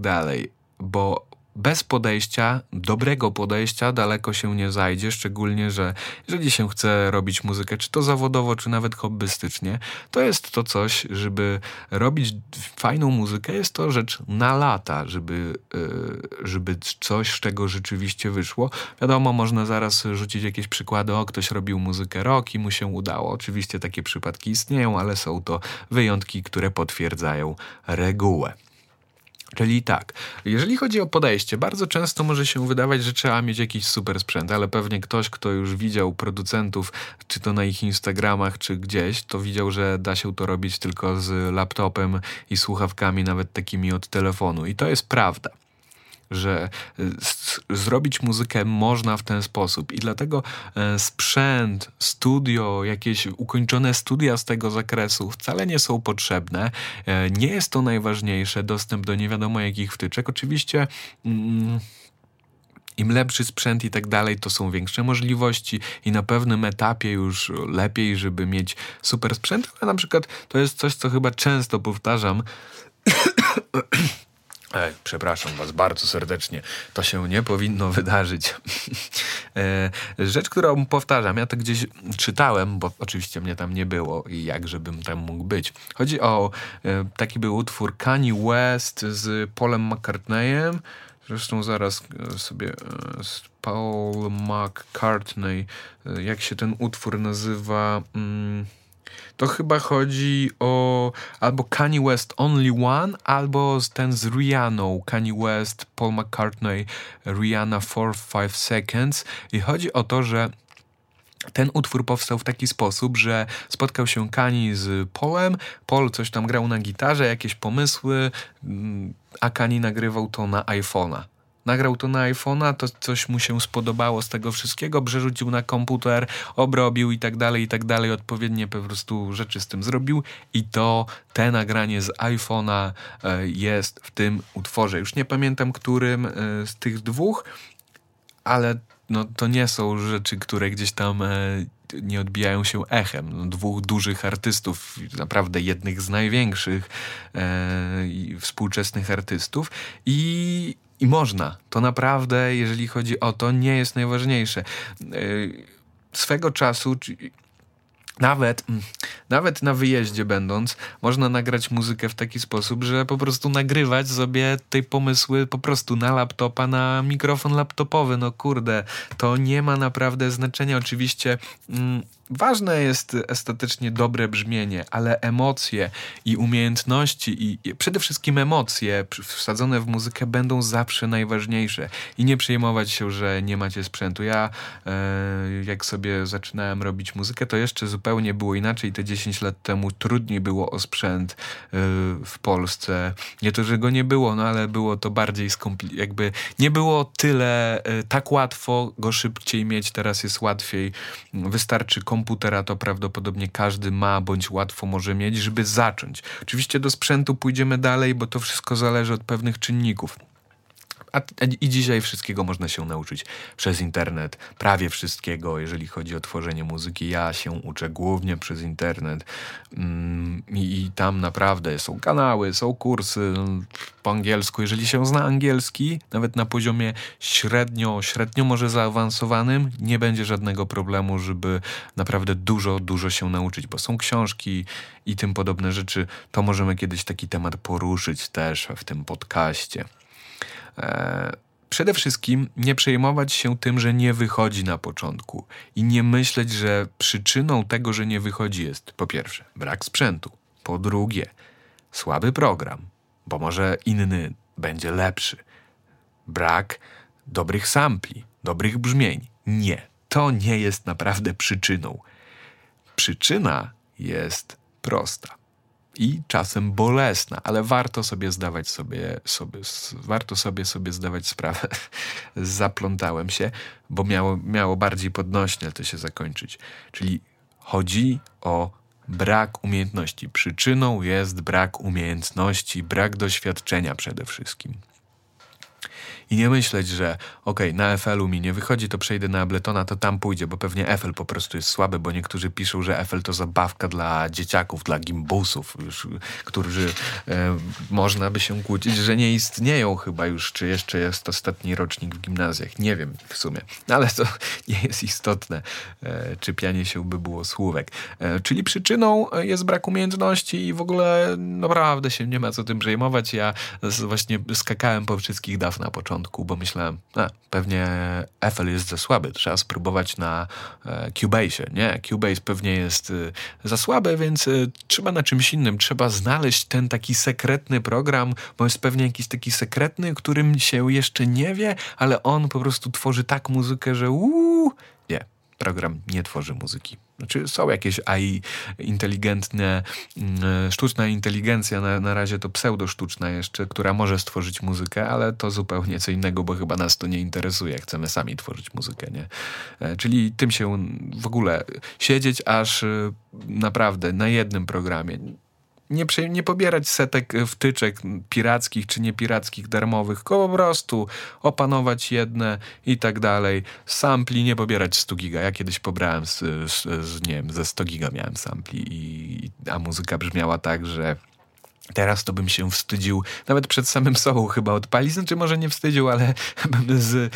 bo bez dobrego podejścia daleko się nie zajdzie, szczególnie, że jeżeli się chce robić muzykę, czy to zawodowo, czy nawet hobbystycznie, to jest to coś, żeby robić fajną muzykę, jest to rzecz na lata, żeby coś z czego rzeczywiście wyszło. Wiadomo, można zaraz rzucić jakieś przykłady, ktoś robił muzykę rok i mu się udało. Oczywiście takie przypadki istnieją, ale są to wyjątki, które potwierdzają regułę. Czyli tak, jeżeli chodzi o podejście, bardzo często może się wydawać, że trzeba mieć jakiś super sprzęt, ale pewnie ktoś, kto już widział producentów, czy to na ich Instagramach, czy gdzieś, to widział, że da się to robić tylko z laptopem i słuchawkami, nawet takimi od telefonu. I to jest prawda, że zrobić muzykę można w ten sposób i dlatego sprzęt, studio, jakieś ukończone studia z tego zakresu wcale nie są potrzebne. Nie jest to najważniejsze, dostęp do nie wiadomo jakich wtyczek. Oczywiście im lepszy sprzęt i tak dalej, to są większe możliwości i na pewnym etapie już lepiej, żeby mieć super sprzęt, ale na przykład to jest coś, co chyba często powtarzam. Przepraszam was bardzo serdecznie. To się nie powinno wydarzyć. Rzecz, którą powtarzam, ja to gdzieś czytałem, bo oczywiście mnie tam nie było i jakżebym tam mógł być. Chodzi o taki był utwór Kanye West z Paulem McCartneyem. Zresztą zaraz sobie Paul McCartney, jak się ten utwór nazywa... To chyba chodzi o albo Kanye West Only One, albo ten z Rihanną, Kanye West, Paul McCartney, Rihanna 4-5 Seconds. I chodzi o to, że ten utwór powstał w taki sposób, że spotkał się Kani z Polem, Paul coś tam grał na gitarze, jakieś pomysły, a Kani nagrywał to na iPhone'a. Nagrał to na iPhone'a, to coś mu się spodobało z tego wszystkiego, przerzucił na komputer, obrobił i tak dalej, odpowiednie po prostu rzeczy z tym zrobił i te nagranie z iPhone'a jest w tym utworze. Już nie pamiętam, którym z tych dwóch, ale no, to nie są rzeczy, które gdzieś tam nie odbijają się echem. No, dwóch dużych artystów, naprawdę jednych z największych współczesnych artystów i można. To naprawdę, jeżeli chodzi o to, nie jest najważniejsze. Swego czasu, nawet na wyjeździe będąc, można nagrać muzykę w taki sposób, że po prostu nagrywać sobie te pomysły po prostu na laptopa, na mikrofon laptopowy. No kurde, to nie ma naprawdę znaczenia. Oczywiście ważne jest estetycznie dobre brzmienie, ale emocje i umiejętności i przede wszystkim emocje wsadzone w muzykę będą zawsze najważniejsze. I nie przejmować się, że nie macie sprzętu. Ja jak sobie zaczynałem robić muzykę, to jeszcze zupełnie było inaczej. Te 10 lat temu trudniej było o sprzęt w Polsce. Nie to, że go nie było, no ale było to bardziej jakby nie było tyle, tak łatwo go szybciej mieć, teraz jest łatwiej. Wystarczy komputera, to prawdopodobnie każdy ma, bądź łatwo może mieć, żeby zacząć. Oczywiście do sprzętu pójdziemy dalej, bo to wszystko zależy od pewnych czynników. I dzisiaj wszystkiego można się nauczyć przez internet. Prawie wszystkiego, jeżeli chodzi o tworzenie muzyki. Ja się uczę głównie przez internet. I tam naprawdę są kanały, są kursy po angielsku. Jeżeli się zna angielski, nawet na poziomie średnio może zaawansowanym, nie będzie żadnego problemu, żeby naprawdę dużo się nauczyć, bo są książki i tym podobne rzeczy. To możemy kiedyś taki temat poruszyć też w tym podcaście. Przede wszystkim nie przejmować się tym, że nie wychodzi na początku i nie myśleć, że przyczyną tego, że nie wychodzi jest po pierwsze brak sprzętu, po drugie słaby program, bo może inny będzie lepszy, brak dobrych sampli, dobrych brzmień. Nie, to nie jest naprawdę przyczyną. Przyczyna jest prosta i czasem bolesna, ale warto sobie zdawać zdawać sprawę. Zaplątałem się, bo miało bardziej podnośne to się zakończyć. Czyli chodzi o brak umiejętności. Przyczyną jest brak umiejętności, brak doświadczenia przede wszystkim. I nie myśleć, że na FL-u mi nie wychodzi, to przejdę na Abletona, to tam pójdzie, bo pewnie FL po prostu jest słaby, bo niektórzy piszą, że FL to zabawka dla dzieciaków, dla gimbusów, już, którzy można by się kłócić, że nie istnieją chyba już, czy jeszcze jest ostatni rocznik w gimnazjach. Nie wiem w sumie, ale to nie jest istotne. Czepianie się by było słówek. Czyli przyczyną jest brak umiejętności i w ogóle naprawdę się nie ma co tym przejmować. Ja właśnie skakałem po wszystkich DAW na początku, bo myślałem, pewnie FL jest za słaby, trzeba spróbować na Cubase'ie. Nie, Cubase pewnie jest za słaby, więc trzeba na czymś innym. Trzeba znaleźć ten taki sekretny program, bo jest pewnie jakiś taki sekretny, którym się jeszcze nie wie, ale on po prostu tworzy tak muzykę, że nie, program nie tworzy muzyki. Znaczy są jakieś AI inteligentne, sztuczna inteligencja, na razie to pseudosztuczna jeszcze, która może stworzyć muzykę, ale to zupełnie co innego, bo chyba nas to nie interesuje, chcemy sami tworzyć muzykę, nie? Czyli tym się w ogóle siedzieć aż naprawdę na jednym programie. Nie pobierać setek wtyczek pirackich czy niepirackich, darmowych, tylko po prostu opanować jedne i tak dalej. Sampli nie pobierać 100 giga. Ja kiedyś pobrałem nie wiem, ze 100 giga miałem sampli, a muzyka brzmiała tak, że teraz to bym się wstydził nawet przed samym sobą chyba odpalić. Znaczy może nie wstydził, ale bym z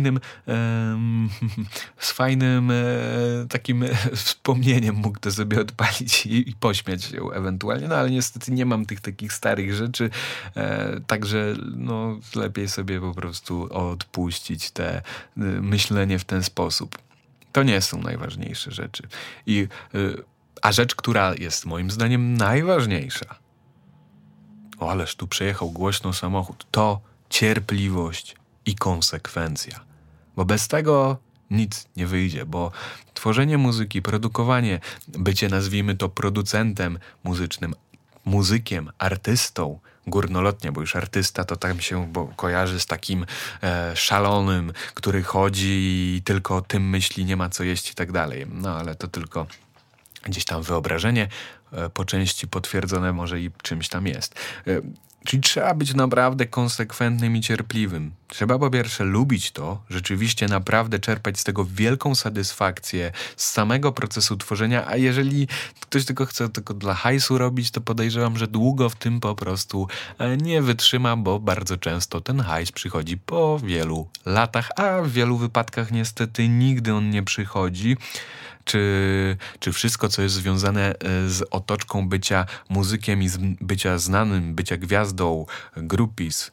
fajnym takim wspomnieniem mógł to sobie odpalić i pośmiać się ewentualnie. No ale niestety nie mam tych takich starych rzeczy. Także no lepiej sobie po prostu odpuścić te myślenie w ten sposób. To nie są najważniejsze rzeczy. A rzecz, która jest moim zdaniem najważniejsza, ależ tu przejechał głośno samochód, to cierpliwość i konsekwencja. Bo bez tego nic nie wyjdzie, bo tworzenie muzyki, produkowanie, bycie, nazwijmy to, producentem muzycznym, muzykiem, artystą, górnolotnie, bo już artysta to tam się kojarzy z takim szalonym, który chodzi i tylko o tym myśli, nie ma co jeść i tak dalej. No ale to tylko gdzieś tam wyobrażenie, po części potwierdzone może i czymś tam jest. Czyli trzeba być naprawdę konsekwentnym i cierpliwym. Trzeba po pierwsze lubić to, rzeczywiście naprawdę czerpać z tego wielką satysfakcję z samego procesu tworzenia, a jeżeli ktoś tylko chce tylko dla hajsu robić, to podejrzewam, że długo w tym po prostu nie wytrzyma, bo bardzo często ten hajs przychodzi po wielu latach, a w wielu wypadkach niestety nigdy on nie przychodzi. Czy wszystko, co jest związane z otoczką bycia muzykiem i bycia znanym, bycia gwiazdą, groupies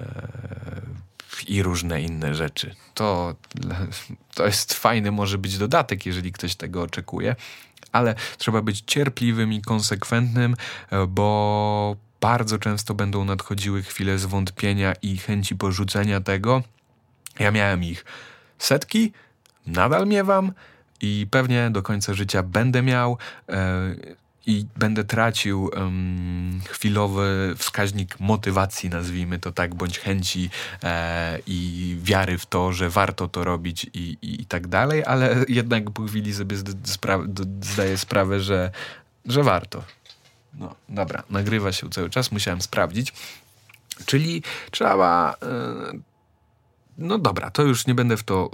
i różne inne rzeczy. To jest fajny, może być dodatek, jeżeli ktoś tego oczekuje, ale trzeba być cierpliwym i konsekwentnym, bo bardzo często będą nadchodziły chwile zwątpienia i chęci porzucenia tego. Ja miałem ich setki, nadal miewam, i pewnie do końca życia będę miał i będę tracił chwilowy wskaźnik motywacji, nazwijmy to tak, bądź chęci i wiary w to, że warto to robić i tak dalej, ale jednak po chwili sobie zdaję sprawę, że warto. No dobra, nagrywa się cały czas, musiałem sprawdzić. Czyli trzeba... No dobra, to już nie będę w to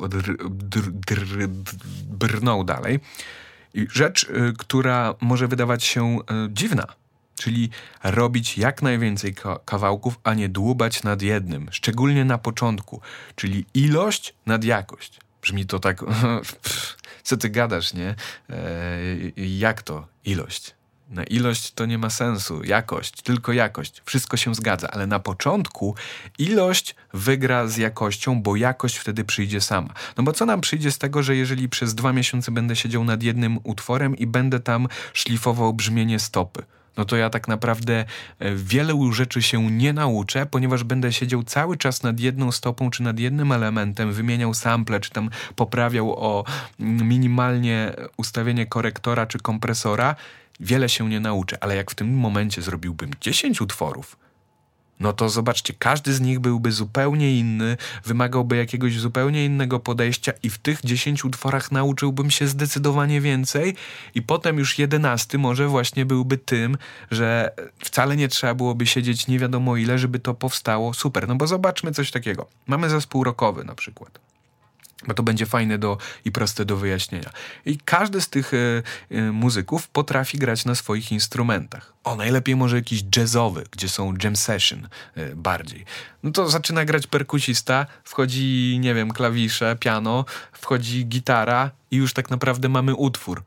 brnął dalej. I rzecz, która może wydawać się dziwna, czyli robić jak najwięcej kawałków, a nie dłubać nad jednym, szczególnie na początku, czyli ilość nad jakość. Brzmi to tak, co ty gadasz, nie? Jak to ilość? Na ilość to nie ma sensu. Jakość, tylko jakość. Wszystko się zgadza, ale na początku ilość wygra z jakością, bo jakość wtedy przyjdzie sama. No bo co nam przyjdzie z tego, że jeżeli przez 2 miesiące będę siedział nad jednym utworem i będę tam szlifował brzmienie stopy? No to ja tak naprawdę wielu rzeczy się nie nauczę, ponieważ będę siedział cały czas nad jedną stopą czy nad jednym elementem, wymieniał sample, czy tam poprawiał o minimalnie ustawienie korektora czy kompresora. Wiele się nie nauczę, ale jak w tym momencie zrobiłbym 10 utworów, no to zobaczcie, każdy z nich byłby zupełnie inny, wymagałby jakiegoś zupełnie innego podejścia i w tych 10 utworach nauczyłbym się zdecydowanie więcej i potem już 11 może właśnie byłby tym, że wcale nie trzeba byłoby siedzieć nie wiadomo ile, żeby to powstało super. No bo zobaczmy coś takiego. Mamy zespół rockowy na przykład. Bo to będzie fajne i proste do wyjaśnienia. I każdy z tych muzyków potrafi grać na swoich instrumentach. Najlepiej może jakiś jazzowy, gdzie są jam session bardziej. No to zaczyna grać perkusista, wchodzi, nie wiem, klawisze, piano, wchodzi gitara i już tak naprawdę mamy utwór.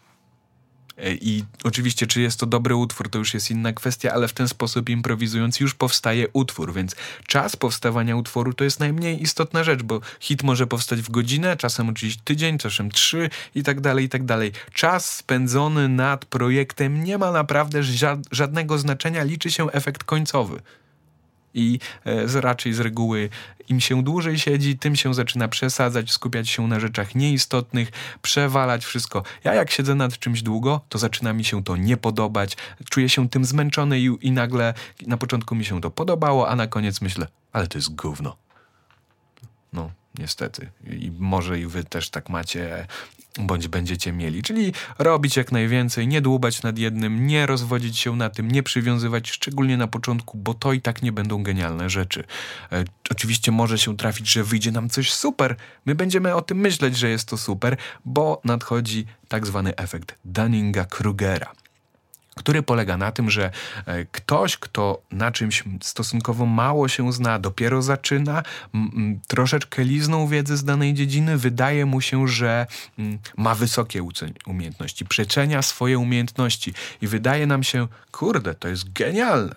I oczywiście, czy jest to dobry utwór, to już jest inna kwestia, ale w ten sposób improwizując już powstaje utwór, więc czas powstawania utworu to jest najmniej istotna rzecz, bo hit może powstać w godzinę, czasem oczywiście tydzień, czasem 3 i tak dalej, i tak dalej. Czas spędzony nad projektem nie ma naprawdę żadnego znaczenia, liczy się efekt końcowy. I raczej z reguły im się dłużej siedzi, tym się zaczyna przesadzać, skupiać się na rzeczach nieistotnych, przewalać wszystko. Ja jak siedzę nad czymś długo, to zaczyna mi się to nie podobać, czuję się tym zmęczony i nagle na początku mi się to podobało, a na koniec myślę, ale to jest gówno. No, niestety. I może i wy też tak macie, bądź będziecie mieli. Czyli robić jak najwięcej, nie dłubać nad jednym, nie rozwodzić się na tym, nie przywiązywać, szczególnie na początku, bo to i tak nie będą genialne rzeczy. Oczywiście może się trafić, że wyjdzie nam coś super. My będziemy o tym myśleć, że jest to super, bo nadchodzi tak zwany efekt Dunninga-Krugera, który polega na tym, że ktoś, kto na czymś stosunkowo mało się zna, dopiero zaczyna, troszeczkę liznął wiedzę z danej dziedziny, wydaje mu się, że ma wysokie umiejętności, przecenia swoje umiejętności i wydaje nam się, kurde, to jest genialne.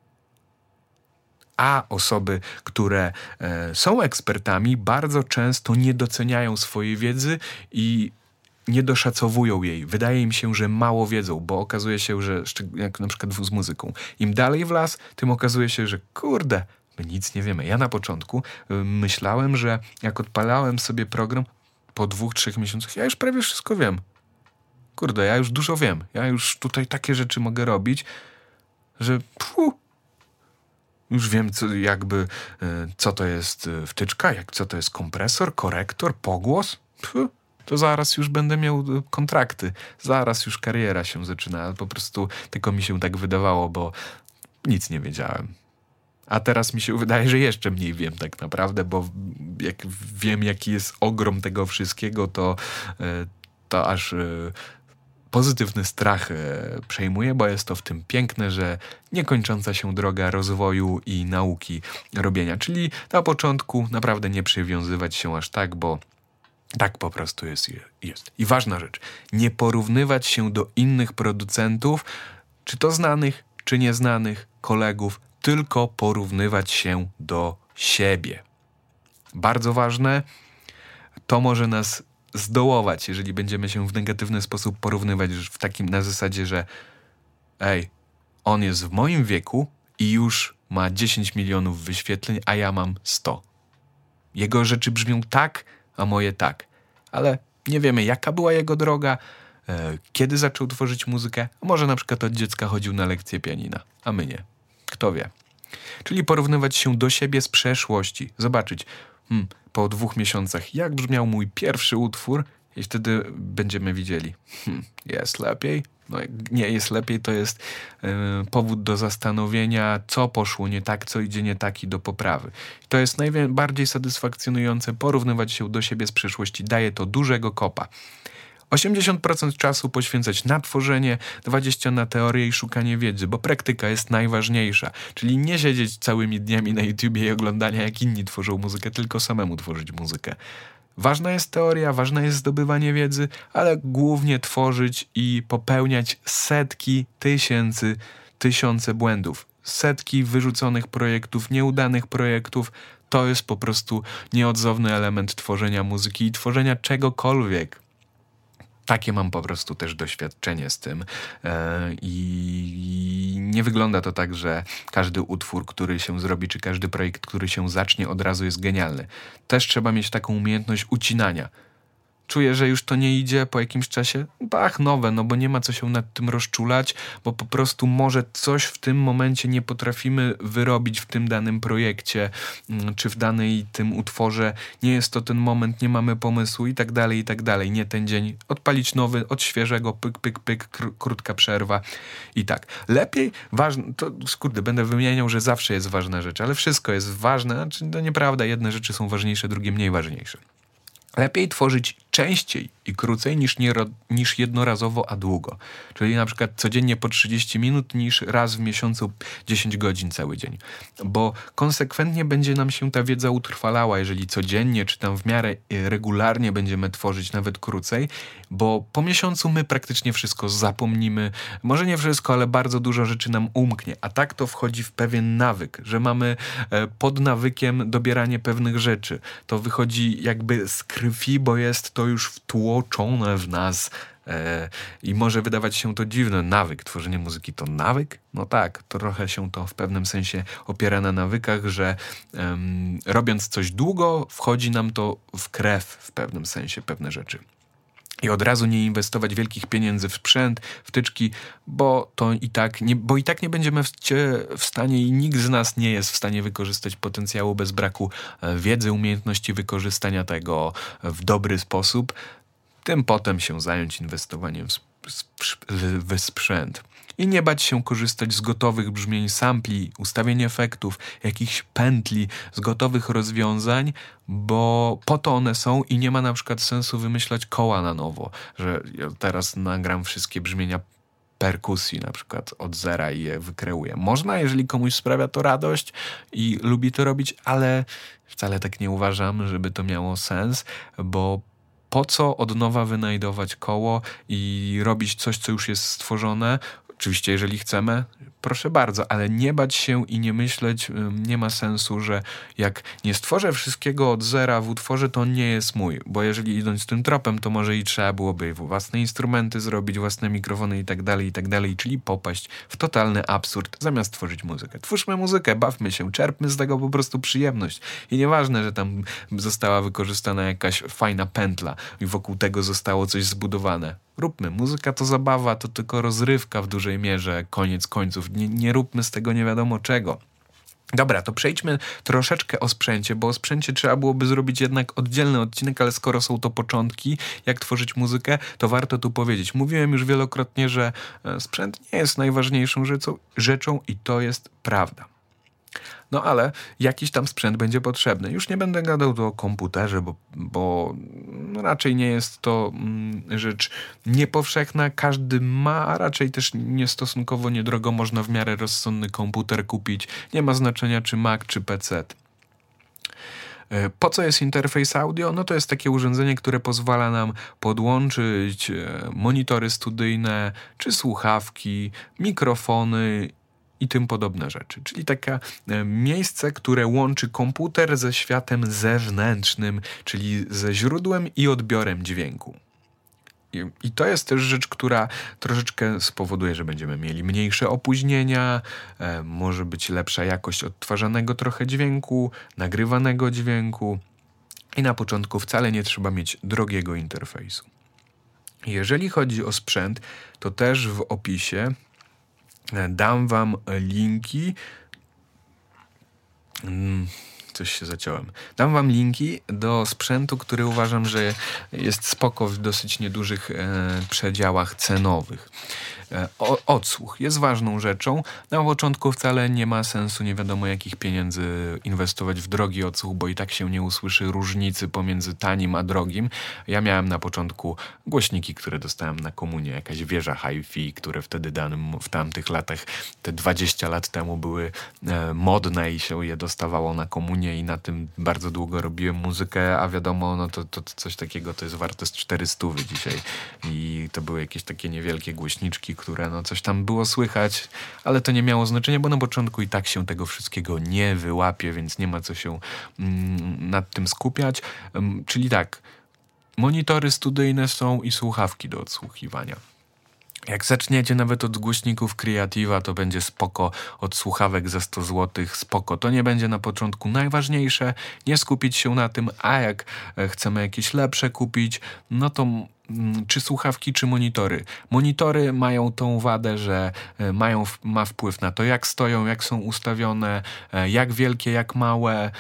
A osoby, które są ekspertami, bardzo często nie doceniają swojej wiedzy i nie doszacowują jej. Wydaje im się, że mało wiedzą, bo okazuje się, że jak na przykład z muzyką, im dalej w las, tym okazuje się, że kurde, my nic nie wiemy. Ja na początku myślałem, że jak odpalałem sobie program, po 2-3 miesiącach ja już prawie wszystko wiem. Kurde, ja już dużo wiem. Ja już tutaj takie rzeczy mogę robić, że już wiem, co to jest wtyczka, co to jest kompresor, korektor, pogłos. To zaraz już będę miał kontrakty. Zaraz już kariera się zaczyna. Po prostu tylko mi się tak wydawało, bo nic nie wiedziałem. A teraz mi się wydaje, że jeszcze mniej wiem tak naprawdę, bo jak wiem, jaki jest ogrom tego wszystkiego, to aż pozytywny strach przejmuje, bo jest to w tym piękne, że niekończąca się droga rozwoju i nauki robienia. Czyli na początku naprawdę nie przywiązywać się aż tak, bo tak po prostu jest. I ważna rzecz, nie porównywać się do innych producentów, czy to znanych, czy nieznanych kolegów, tylko porównywać się do siebie. Bardzo ważne, to może nas zdołować, jeżeli będziemy się w negatywny sposób porównywać na zasadzie, że on jest w moim wieku i już ma 10 milionów wyświetleń, a ja mam 100. Jego rzeczy brzmią tak, a moje tak. Ale nie wiemy, jaka była jego droga, kiedy zaczął tworzyć muzykę. Może na przykład od dziecka chodził na lekcje pianina, a my nie. Kto wie. Czyli porównywać się do siebie z przeszłości. Zobaczyć po 2 miesiącach, jak brzmiał mój pierwszy utwór i wtedy będziemy widzieli, jest lepiej. No, jak nie jest lepiej, to jest powód do zastanowienia, co poszło nie tak, co idzie nie tak i do poprawy. To jest najbardziej satysfakcjonujące, porównywać się do siebie z przeszłości. Daje to dużego kopa. 80% czasu poświęcać na tworzenie, 20% na teorię i szukanie wiedzy, bo praktyka jest najważniejsza. Czyli nie siedzieć całymi dniami na YouTubie i oglądania, jak inni tworzą muzykę, tylko samemu tworzyć muzykę. Ważna jest teoria, ważne jest zdobywanie wiedzy, ale głównie tworzyć i popełniać setki, tysiące błędów. Setki wyrzuconych projektów, nieudanych projektów. To jest po prostu nieodzowny element tworzenia muzyki i tworzenia czegokolwiek. Takie mam po prostu też doświadczenie z tym i nie wygląda to tak, że każdy utwór, który się zrobi, czy każdy projekt, który się zacznie, od razu jest genialny. Też trzeba mieć taką umiejętność ucinania. Czuję, że już to nie idzie po jakimś czasie, nowe, bo nie ma co się nad tym rozczulać, bo po prostu może coś w tym momencie nie potrafimy wyrobić w tym danym projekcie, czy w tym utworze. Nie jest to ten moment, nie mamy pomysłu i tak dalej, nie ten dzień. Odpalić nowy, od świeżego, pyk, krótka przerwa i tak. Lepiej, ważne, będę wymieniał, że zawsze jest ważna rzecz, ale wszystko jest ważne, to nieprawda, jedne rzeczy są ważniejsze, drugie mniej ważniejsze. Lepiej tworzyć częściej i krócej niż jednorazowo, a długo. Czyli na przykład codziennie po 30 minut niż raz w miesiącu 10 godzin cały dzień. Bo konsekwentnie będzie nam się ta wiedza utrwalała, jeżeli codziennie czy tam w miarę regularnie będziemy tworzyć nawet krócej, bo po miesiącu my praktycznie wszystko zapomnimy. Może nie wszystko, ale bardzo dużo rzeczy nam umknie. A tak to wchodzi w pewien nawyk, że mamy pod nawykiem dobieranie pewnych rzeczy. To wychodzi jakby z krwi, bo jest to już wtłoczone w nas i może wydawać się to dziwne. Nawyk, tworzenie muzyki to nawyk? No tak, trochę się to w pewnym sensie opiera na nawykach, że robiąc coś długo, wchodzi nam to w krew w pewnym sensie, pewne rzeczy. I od razu nie inwestować wielkich pieniędzy w sprzęt, wtyczki, bo i tak nie będziemy w stanie i nikt z nas nie jest w stanie wykorzystać potencjału bez braku wiedzy, umiejętności wykorzystania tego w dobry sposób. Tym potem się zająć inwestowaniem w sprzęt. I nie bać się korzystać z gotowych brzmień, sampli, ustawień efektów, jakichś pętli, z gotowych rozwiązań, bo po to one są i nie ma na przykład sensu wymyślać koła na nowo, że ja teraz nagram wszystkie brzmienia perkusji na przykład od zera i je wykreuję. Można, jeżeli komuś sprawia to radość i lubi to robić, ale wcale tak nie uważam, żeby to miało sens, bo po co od nowa wynajdować koło i robić coś, co już jest stworzone? Oczywiście, jeżeli chcemy, proszę bardzo, ale nie bać się i nie myśleć, nie ma sensu, że jak nie stworzę wszystkiego od zera w utworze, to on nie jest mój, bo jeżeli idąc tym tropem, to może i trzeba byłoby własne instrumenty zrobić, własne mikrofony i tak dalej, czyli popaść w totalny absurd, zamiast tworzyć muzykę. Twórzmy muzykę, bawmy się, czerpmy z tego po prostu przyjemność i nieważne, że tam została wykorzystana jakaś fajna pętla i wokół tego zostało coś zbudowane. Róbmy. Muzyka to zabawa, to tylko rozrywka w dużej mierze, koniec końców. Nie róbmy z tego nie wiadomo czego. Dobra, to przejdźmy troszeczkę o sprzęcie, bo o sprzęcie trzeba byłoby zrobić jednak oddzielny odcinek, ale skoro są to początki, jak tworzyć muzykę, to warto tu powiedzieć. Mówiłem już wielokrotnie, że sprzęt nie jest najważniejszą rzeczą i to jest prawda. No ale jakiś tam sprzęt będzie potrzebny. Już nie będę gadał tu o komputerze, bo raczej nie jest to rzecz niepowszechna. Każdy ma, a raczej też stosunkowo niedrogo można w miarę rozsądny komputer kupić. Nie ma znaczenia czy Mac, czy PC. Po co jest interfejs audio? No to jest takie urządzenie, które pozwala nam podłączyć monitory studyjne, czy słuchawki, mikrofony i tym podobne rzeczy. Czyli takie miejsce, które łączy komputer ze światem zewnętrznym, czyli ze źródłem i odbiorem dźwięku. I to jest też rzecz, która troszeczkę spowoduje, że będziemy mieli mniejsze opóźnienia, może być lepsza jakość odtwarzanego trochę dźwięku, nagrywanego dźwięku i na początku wcale nie trzeba mieć drogiego interfejsu. Jeżeli chodzi o sprzęt, to też w opisie dam wam linki. Coś się zaciąłem. Dam wam linki do sprzętu, który uważam, że jest spoko w dosyć niedużych przedziałach cenowych. Odsłuch jest ważną rzeczą. Na początku wcale nie ma sensu nie wiadomo jakich pieniędzy inwestować w drogi odsłuch, bo i tak się nie usłyszy różnicy pomiędzy tanim a drogim. Ja miałem na początku głośniki, które dostałem na komunie, jakaś wieża hi-fi, które wtedy w tamtych latach, te 20 lat temu były modne i się je dostawało na komunię i na tym bardzo długo robiłem muzykę, a wiadomo, no to coś takiego to jest warte z 400 dzisiaj i to były jakieś takie niewielkie głośniczki, które no coś tam było słychać, ale to nie miało znaczenia, bo na początku i tak się tego wszystkiego nie wyłapie, więc nie ma co się nad tym skupiać. Czyli tak, monitory studyjne są i słuchawki do odsłuchiwania. Jak zaczniecie nawet od głośników Creativa, to będzie spoko, od słuchawek za 100 zł, spoko. To nie będzie na początku najważniejsze, nie skupić się na tym, a jak chcemy jakieś lepsze kupić, no to czy słuchawki, czy monitory. Monitory mają tą wadę, że ma wpływ na to, jak stoją, jak są ustawione, jak wielkie, jak małe,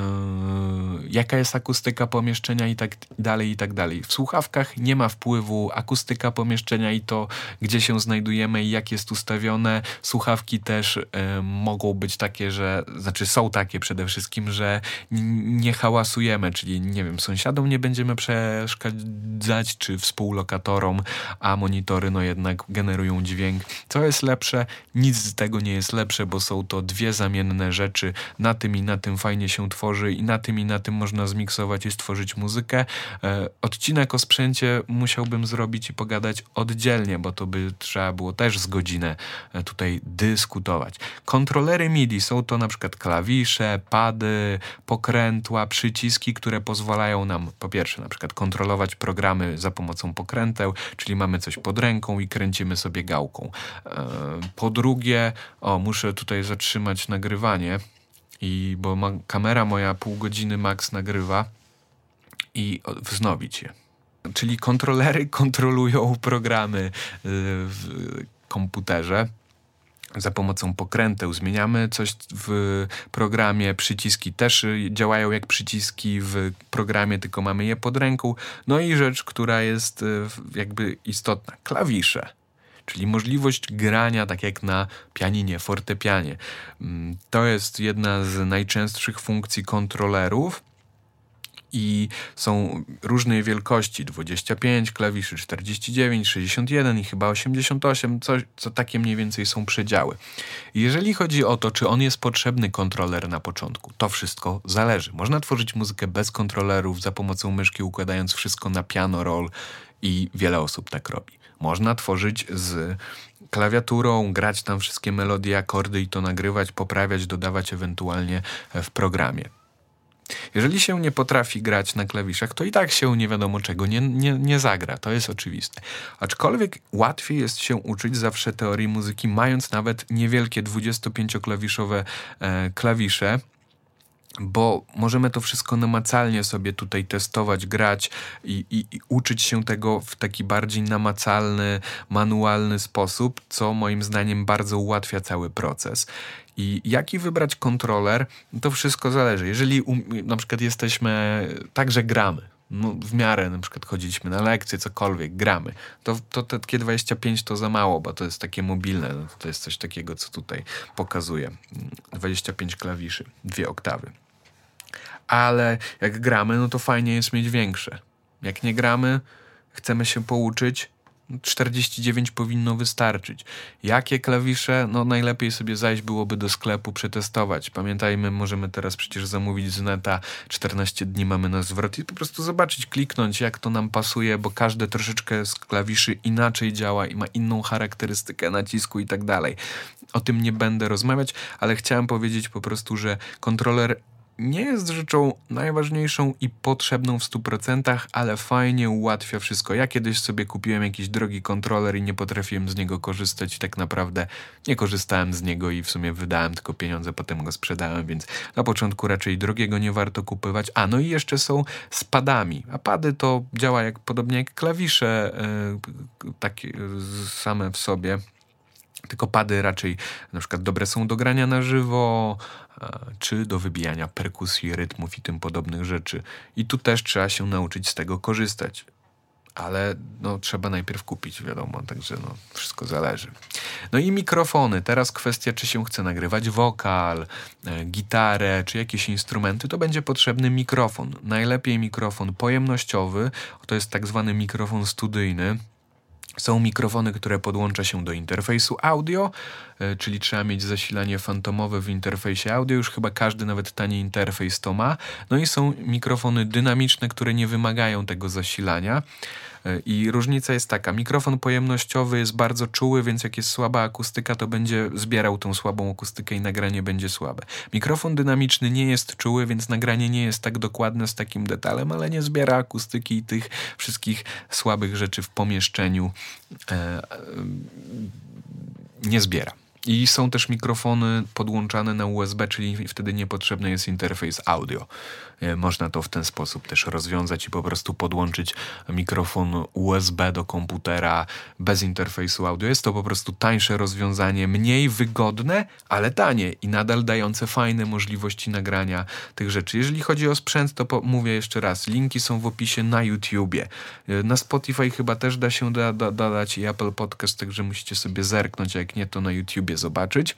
jaka jest akustyka pomieszczenia i tak dalej, i tak dalej. W słuchawkach nie ma wpływu akustyka pomieszczenia i to, gdzie się znajdujemy i jak jest ustawione. Słuchawki też mogą być takie, są takie przede wszystkim, że nie hałasujemy, czyli nie wiem, sąsiadom nie będziemy przeszkadzać, czy współlokatorom, a monitory no jednak generują dźwięk. Co jest lepsze? Nic z tego nie jest lepsze, bo są to dwie zamienne rzeczy. Na tym i na tym fajnie się tworzy i na tym można zmiksować i stworzyć muzykę. Odcinek o sprzęcie musiałbym zrobić i pogadać oddzielnie, bo to by trzeba było też z godzinę tutaj dyskutować. Kontrolery MIDI są to na przykład klawisze, pady, pokrętła, przyciski, które pozwalają nam po pierwsze na przykład kontrolować programy za pomocą pokręteł, czyli mamy coś pod ręką i kręcimy sobie gałką. Po drugie, muszę tutaj zatrzymać nagrywanie, bo kamera moja pół godziny max nagrywa i wznowić je. Czyli kontrolery kontrolują programy w komputerze. Za pomocą pokręteł zmieniamy coś w programie, przyciski też działają jak przyciski w programie, tylko mamy je pod ręką. No i rzecz, która jest jakby istotna, klawisze, czyli możliwość grania tak jak na pianinie, fortepianie. To jest jedna z najczęstszych funkcji kontrolerów. I są różnej wielkości, 25 klawiszy, 49, 61 i chyba 88, co takie mniej więcej są przedziały. Jeżeli chodzi o to, czy on jest potrzebny kontroler na początku, to wszystko zależy. Można tworzyć muzykę bez kontrolerów, za pomocą myszki układając wszystko na piano roll i wiele osób tak robi. Można tworzyć z klawiaturą, grać tam wszystkie melodie, akordy i to nagrywać, poprawiać, dodawać ewentualnie w programie. Jeżeli się nie potrafi grać na klawiszach, to i tak się nie wiadomo czego nie zagra, to jest oczywiste. Aczkolwiek łatwiej jest się uczyć zawsze teorii muzyki, mając nawet niewielkie 25-klawiszowe klawisze, bo możemy to wszystko namacalnie sobie tutaj testować, grać i uczyć się tego w taki bardziej namacalny, manualny sposób, co moim zdaniem bardzo ułatwia cały proces. I jaki wybrać kontroler, to wszystko zależy. Jeżeli na przykład jesteśmy, także gramy, no w miarę na przykład chodziliśmy na lekcje, cokolwiek, gramy, to te G25 to za mało, bo to jest takie mobilne, no to jest coś takiego, co tutaj pokazuje. 25 klawiszy, 2 oktawy. Ale jak gramy, no to fajnie jest mieć większe. Jak nie gramy, chcemy się pouczyć, 49 powinno wystarczyć. Jakie klawisze? No najlepiej sobie zajść byłoby do sklepu, przetestować. Pamiętajmy, możemy teraz przecież zamówić z neta, 14 dni mamy na zwrot i po prostu zobaczyć, kliknąć, jak to nam pasuje, bo każde troszeczkę z klawiszy inaczej działa i ma inną charakterystykę nacisku i tak dalej. O tym nie będę rozmawiać, ale chciałem powiedzieć po prostu, że kontroler nie jest rzeczą najważniejszą i potrzebną w 100%, ale fajnie ułatwia wszystko. Ja kiedyś sobie kupiłem jakiś drogi kontroler i nie potrafiłem z niego korzystać. Tak naprawdę nie korzystałem z niego i w sumie wydałem tylko pieniądze, potem go sprzedałem, więc na początku raczej drogiego nie warto kupować. No i jeszcze są z padami. A pady to działa podobnie jak klawisze, takie same w sobie. Tylko pady raczej na przykład dobre są do grania na żywo, czy do wybijania perkusji, rytmów i tym podobnych rzeczy. I tu też trzeba się nauczyć z tego korzystać. Ale trzeba najpierw kupić, wiadomo, także wszystko zależy. No i mikrofony. Teraz kwestia, czy się chce nagrywać wokal, gitarę, czy jakieś instrumenty, to będzie potrzebny mikrofon. Najlepiej mikrofon pojemnościowy, to jest tak zwany mikrofon studyjny. Są mikrofony, które podłącza się do interfejsu audio, czyli trzeba mieć zasilanie fantomowe w interfejsie audio, już chyba każdy, nawet tani interfejs to ma. No i są mikrofony dynamiczne, które nie wymagają tego zasilania. I różnica jest taka, mikrofon pojemnościowy jest bardzo czuły, więc jak jest słaba akustyka, to będzie zbierał tą słabą akustykę i nagranie będzie słabe. Mikrofon dynamiczny nie jest czuły, więc nagranie nie jest tak dokładne z takim detalem, ale nie zbiera akustyki i tych wszystkich słabych rzeczy w pomieszczeniu nie zbiera. I są też mikrofony podłączane na USB, czyli wtedy niepotrzebny jest interfejs audio. Można to w ten sposób też rozwiązać i po prostu podłączyć mikrofon USB do komputera bez interfejsu audio. Jest to po prostu tańsze rozwiązanie, mniej wygodne, ale tanie i nadal dające fajne możliwości nagrania tych rzeczy. Jeżeli chodzi o sprzęt, to mówię jeszcze raz, linki są w opisie na YouTubie. Na Spotify chyba też da się dodać i Apple Podcast, także musicie sobie zerknąć, a jak nie, to na YouTubie zobaczyć.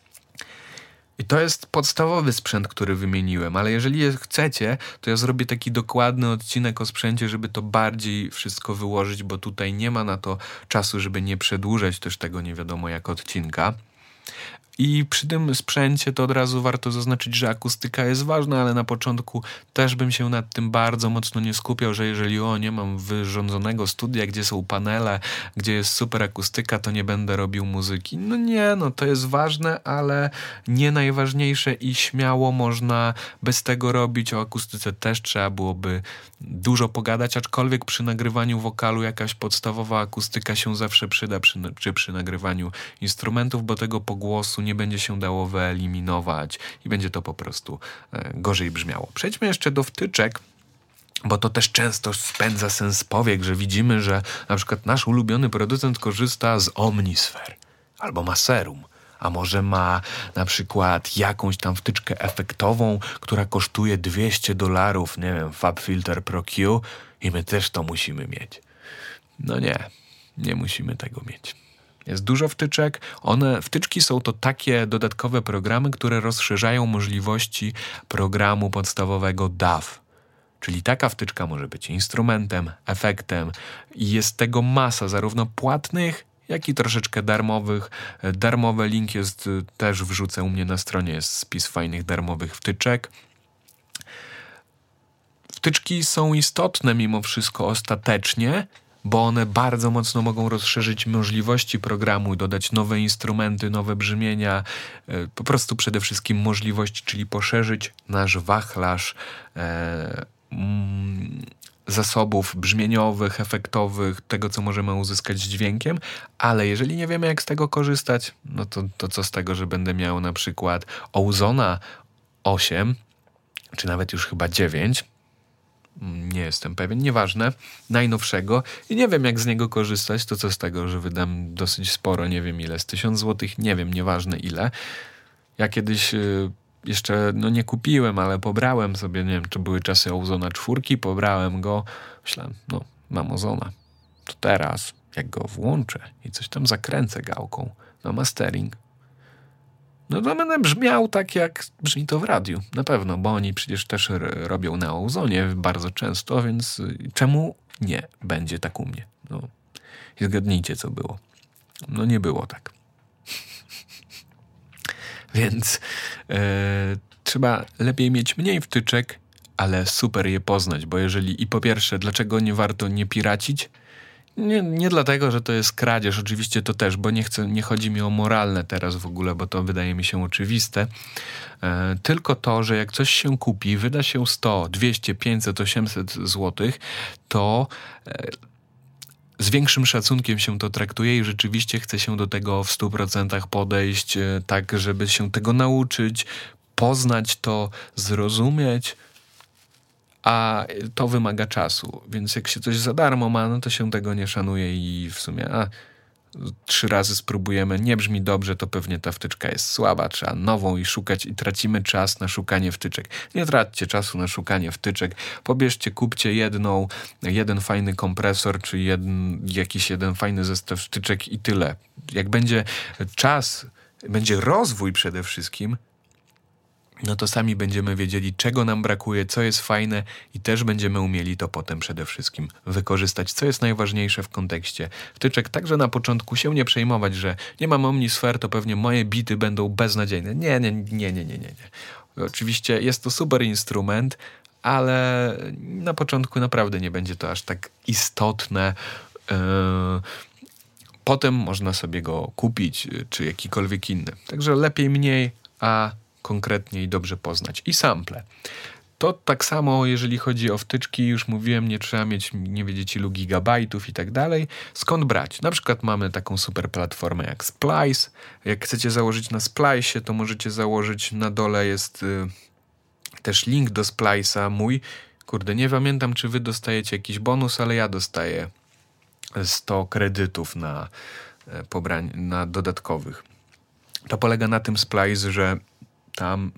I to jest podstawowy sprzęt, który wymieniłem, ale jeżeli chcecie, to ja zrobię taki dokładny odcinek o sprzęcie, żeby to bardziej wszystko wyłożyć, bo tutaj nie ma na to czasu, żeby nie przedłużać też tego nie wiadomo jak odcinka. I przy tym sprzęcie to od razu warto zaznaczyć, że akustyka jest ważna, ale na początku też bym się nad tym bardzo mocno nie skupiał, że jeżeli nie mam wyrządzonego studia, gdzie są panele, gdzie jest super akustyka, to nie będę robił muzyki. To jest ważne, ale nie najważniejsze i śmiało można bez tego robić. O akustyce też trzeba byłoby dużo pogadać, aczkolwiek przy nagrywaniu wokalu jakaś podstawowa akustyka się zawsze przyda przy nagrywaniu instrumentów, bo tego pogłosu nie będzie się dało wyeliminować i będzie to po prostu gorzej brzmiało. Przejdźmy jeszcze do wtyczek, bo to też często spędza sens powiek, że widzimy, że na przykład nasz ulubiony producent korzysta z Omnisphere albo ma Serum, a może ma na przykład jakąś tam wtyczkę efektową, która kosztuje $200, nie wiem, FabFilter Pro Q i my też to musimy mieć. Nie musimy tego mieć. Jest dużo wtyczek. Wtyczki są to takie dodatkowe programy, które rozszerzają możliwości programu podstawowego DAW. Czyli taka wtyczka może być instrumentem, efektem i jest tego masa, zarówno płatnych, jak i troszeczkę darmowych. Darmowy link jest też wrzucę u mnie na stronie, jest spis fajnych darmowych wtyczek. Wtyczki są istotne mimo wszystko ostatecznie, bo one bardzo mocno mogą rozszerzyć możliwości programu, dodać nowe instrumenty, nowe brzmienia, po prostu przede wszystkim możliwości, czyli poszerzyć nasz wachlarz zasobów brzmieniowych, efektowych, tego, co możemy uzyskać z dźwiękiem, ale jeżeli nie wiemy, jak z tego korzystać, no to co z tego, że będę miał na przykład Ozona 8, czy nawet już chyba 9, nie jestem pewien, nieważne, najnowszego i nie wiem, jak z niego korzystać, to co z tego, że wydam dosyć sporo, nie wiem ile, z 1000 złotych, nie wiem, nieważne ile. Ja kiedyś jeszcze, nie kupiłem, ale pobrałem sobie, nie wiem, czy były czasy Ozona 4, pobrałem go, myślałem, mam Ozona, to teraz, jak go włączę i coś tam zakręcę gałką na mastering, to będę brzmiał tak, jak brzmi to w radiu. Na pewno, bo oni przecież też robią na Ozonie bardzo często, więc czemu nie będzie tak u mnie? I zgadnijcie, co było. Nie było tak. Więc trzeba lepiej mieć mniej wtyczek, ale super je poznać, bo jeżeli po pierwsze, dlaczego nie warto nie piracić? Nie dlatego, że to jest kradzież, oczywiście to też, bo nie chodzi mi o moralne teraz w ogóle, bo to wydaje mi się oczywiste, tylko to, że jak coś się kupi, wyda się 100, 200, 500, 800 złotych, to z większym szacunkiem się to traktuje i rzeczywiście chce się do tego w 100% podejść, tak żeby się tego nauczyć, poznać to, zrozumieć, a to wymaga czasu, więc jak się coś za darmo ma, to się tego nie szanuje i w sumie 3 razy spróbujemy, nie brzmi dobrze, to pewnie ta wtyczka jest słaba, trzeba nową i szukać i tracimy czas na szukanie wtyczek. Nie traćcie czasu na szukanie wtyczek, pobierzcie, kupcie jeden fajny kompresor, czy jakiś jeden fajny zestaw wtyczek i tyle. Jak będzie czas, będzie rozwój przede wszystkim, to sami będziemy wiedzieli, czego nam brakuje, co jest fajne i też będziemy umieli to potem przede wszystkim wykorzystać, co jest najważniejsze w kontekście wtyczek. Także na początku się nie przejmować, że nie mam Omnisphere, to pewnie moje bity będą beznadziejne. Nie. Oczywiście jest to super instrument, ale na początku naprawdę nie będzie to aż tak istotne. Potem można sobie go kupić, czy jakikolwiek inny. Także lepiej mniej, a konkretnie i dobrze poznać. I sample. To tak samo, jeżeli chodzi o wtyczki, już mówiłem, nie trzeba nie wiedzieć ilu gigabajtów i tak dalej. Skąd brać? Na przykład mamy taką super platformę jak Splice. Jak chcecie założyć na Splice'ie, to możecie założyć, na dole jest też link do Splice'a mój. Kurde, nie pamiętam, czy wy dostajecie jakiś bonus, ale ja dostaję 100 kredytów na dodatkowych. To polega na tym Splice, że tam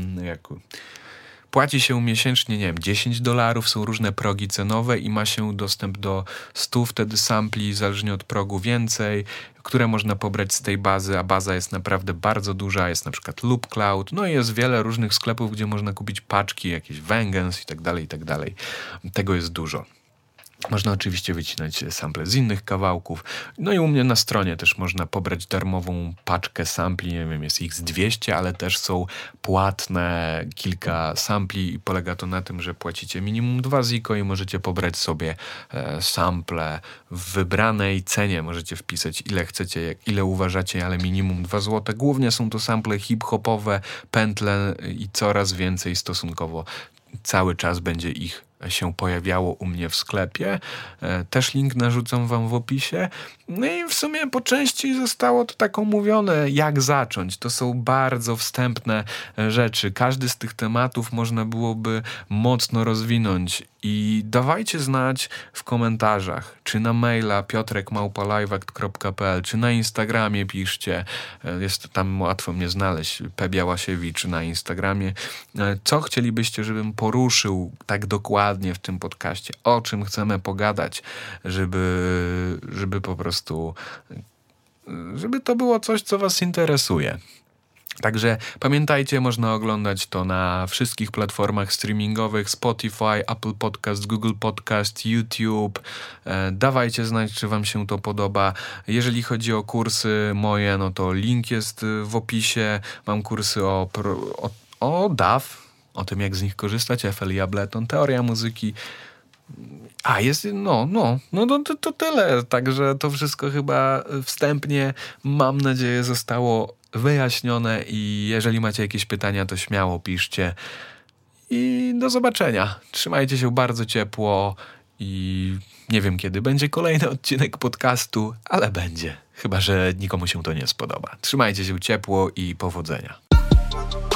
płaci się miesięcznie, nie wiem, $10, są różne progi cenowe i ma się dostęp do 100 wtedy sampli, zależnie od progu więcej, które można pobrać z tej bazy, a baza jest naprawdę bardzo duża, jest na przykład Loop Cloud, i jest wiele różnych sklepów, gdzie można kupić paczki, jakieś Vengeance i tak dalej. Tego jest dużo. Można oczywiście wycinać sample z innych kawałków. I u mnie na stronie też można pobrać darmową paczkę sampli. Nie wiem, jest X200, ale też są płatne kilka sampli i polega to na tym, że płacicie minimum 2 ziko i możecie pobrać sobie sample w wybranej cenie. Możecie wpisać ile chcecie, ile uważacie, ale minimum 2 zł. Głównie są to sample hip-hopowe, pętle i coraz więcej stosunkowo. Cały czas będzie ich się pojawiało u mnie w sklepie. Też link narzucam wam w opisie. I w sumie po części zostało to tak omówione, jak zacząć. To są bardzo wstępne rzeczy. Każdy z tych tematów można byłoby mocno rozwinąć. I dawajcie znać w komentarzach, czy na maila piotrek@liveact.pl, czy na Instagramie piszcie. Jest tam łatwo mnie znaleźć, Białasiewicz na Instagramie. Co chcielibyście, żebym poruszył tak dokładnie w tym podcaście? O czym chcemy pogadać, żeby po prostu, żeby to było coś, co was interesuje. Także pamiętajcie, można oglądać to na wszystkich platformach streamingowych: Spotify, Apple Podcast, Google Podcast, YouTube. Dawajcie znać, czy wam się to podoba. Jeżeli chodzi o kursy moje, to link jest w opisie. Mam kursy o DAW, o tym, jak z nich korzystać, FL i Ableton, teoria muzyki, To tyle. Także to wszystko chyba wstępnie, mam nadzieję, zostało wyjaśnione i jeżeli macie jakieś pytania, to śmiało piszcie. I do zobaczenia. Trzymajcie się bardzo ciepło i nie wiem, kiedy będzie kolejny odcinek podcastu, ale będzie. Chyba że nikomu się to nie spodoba. Trzymajcie się ciepło i powodzenia.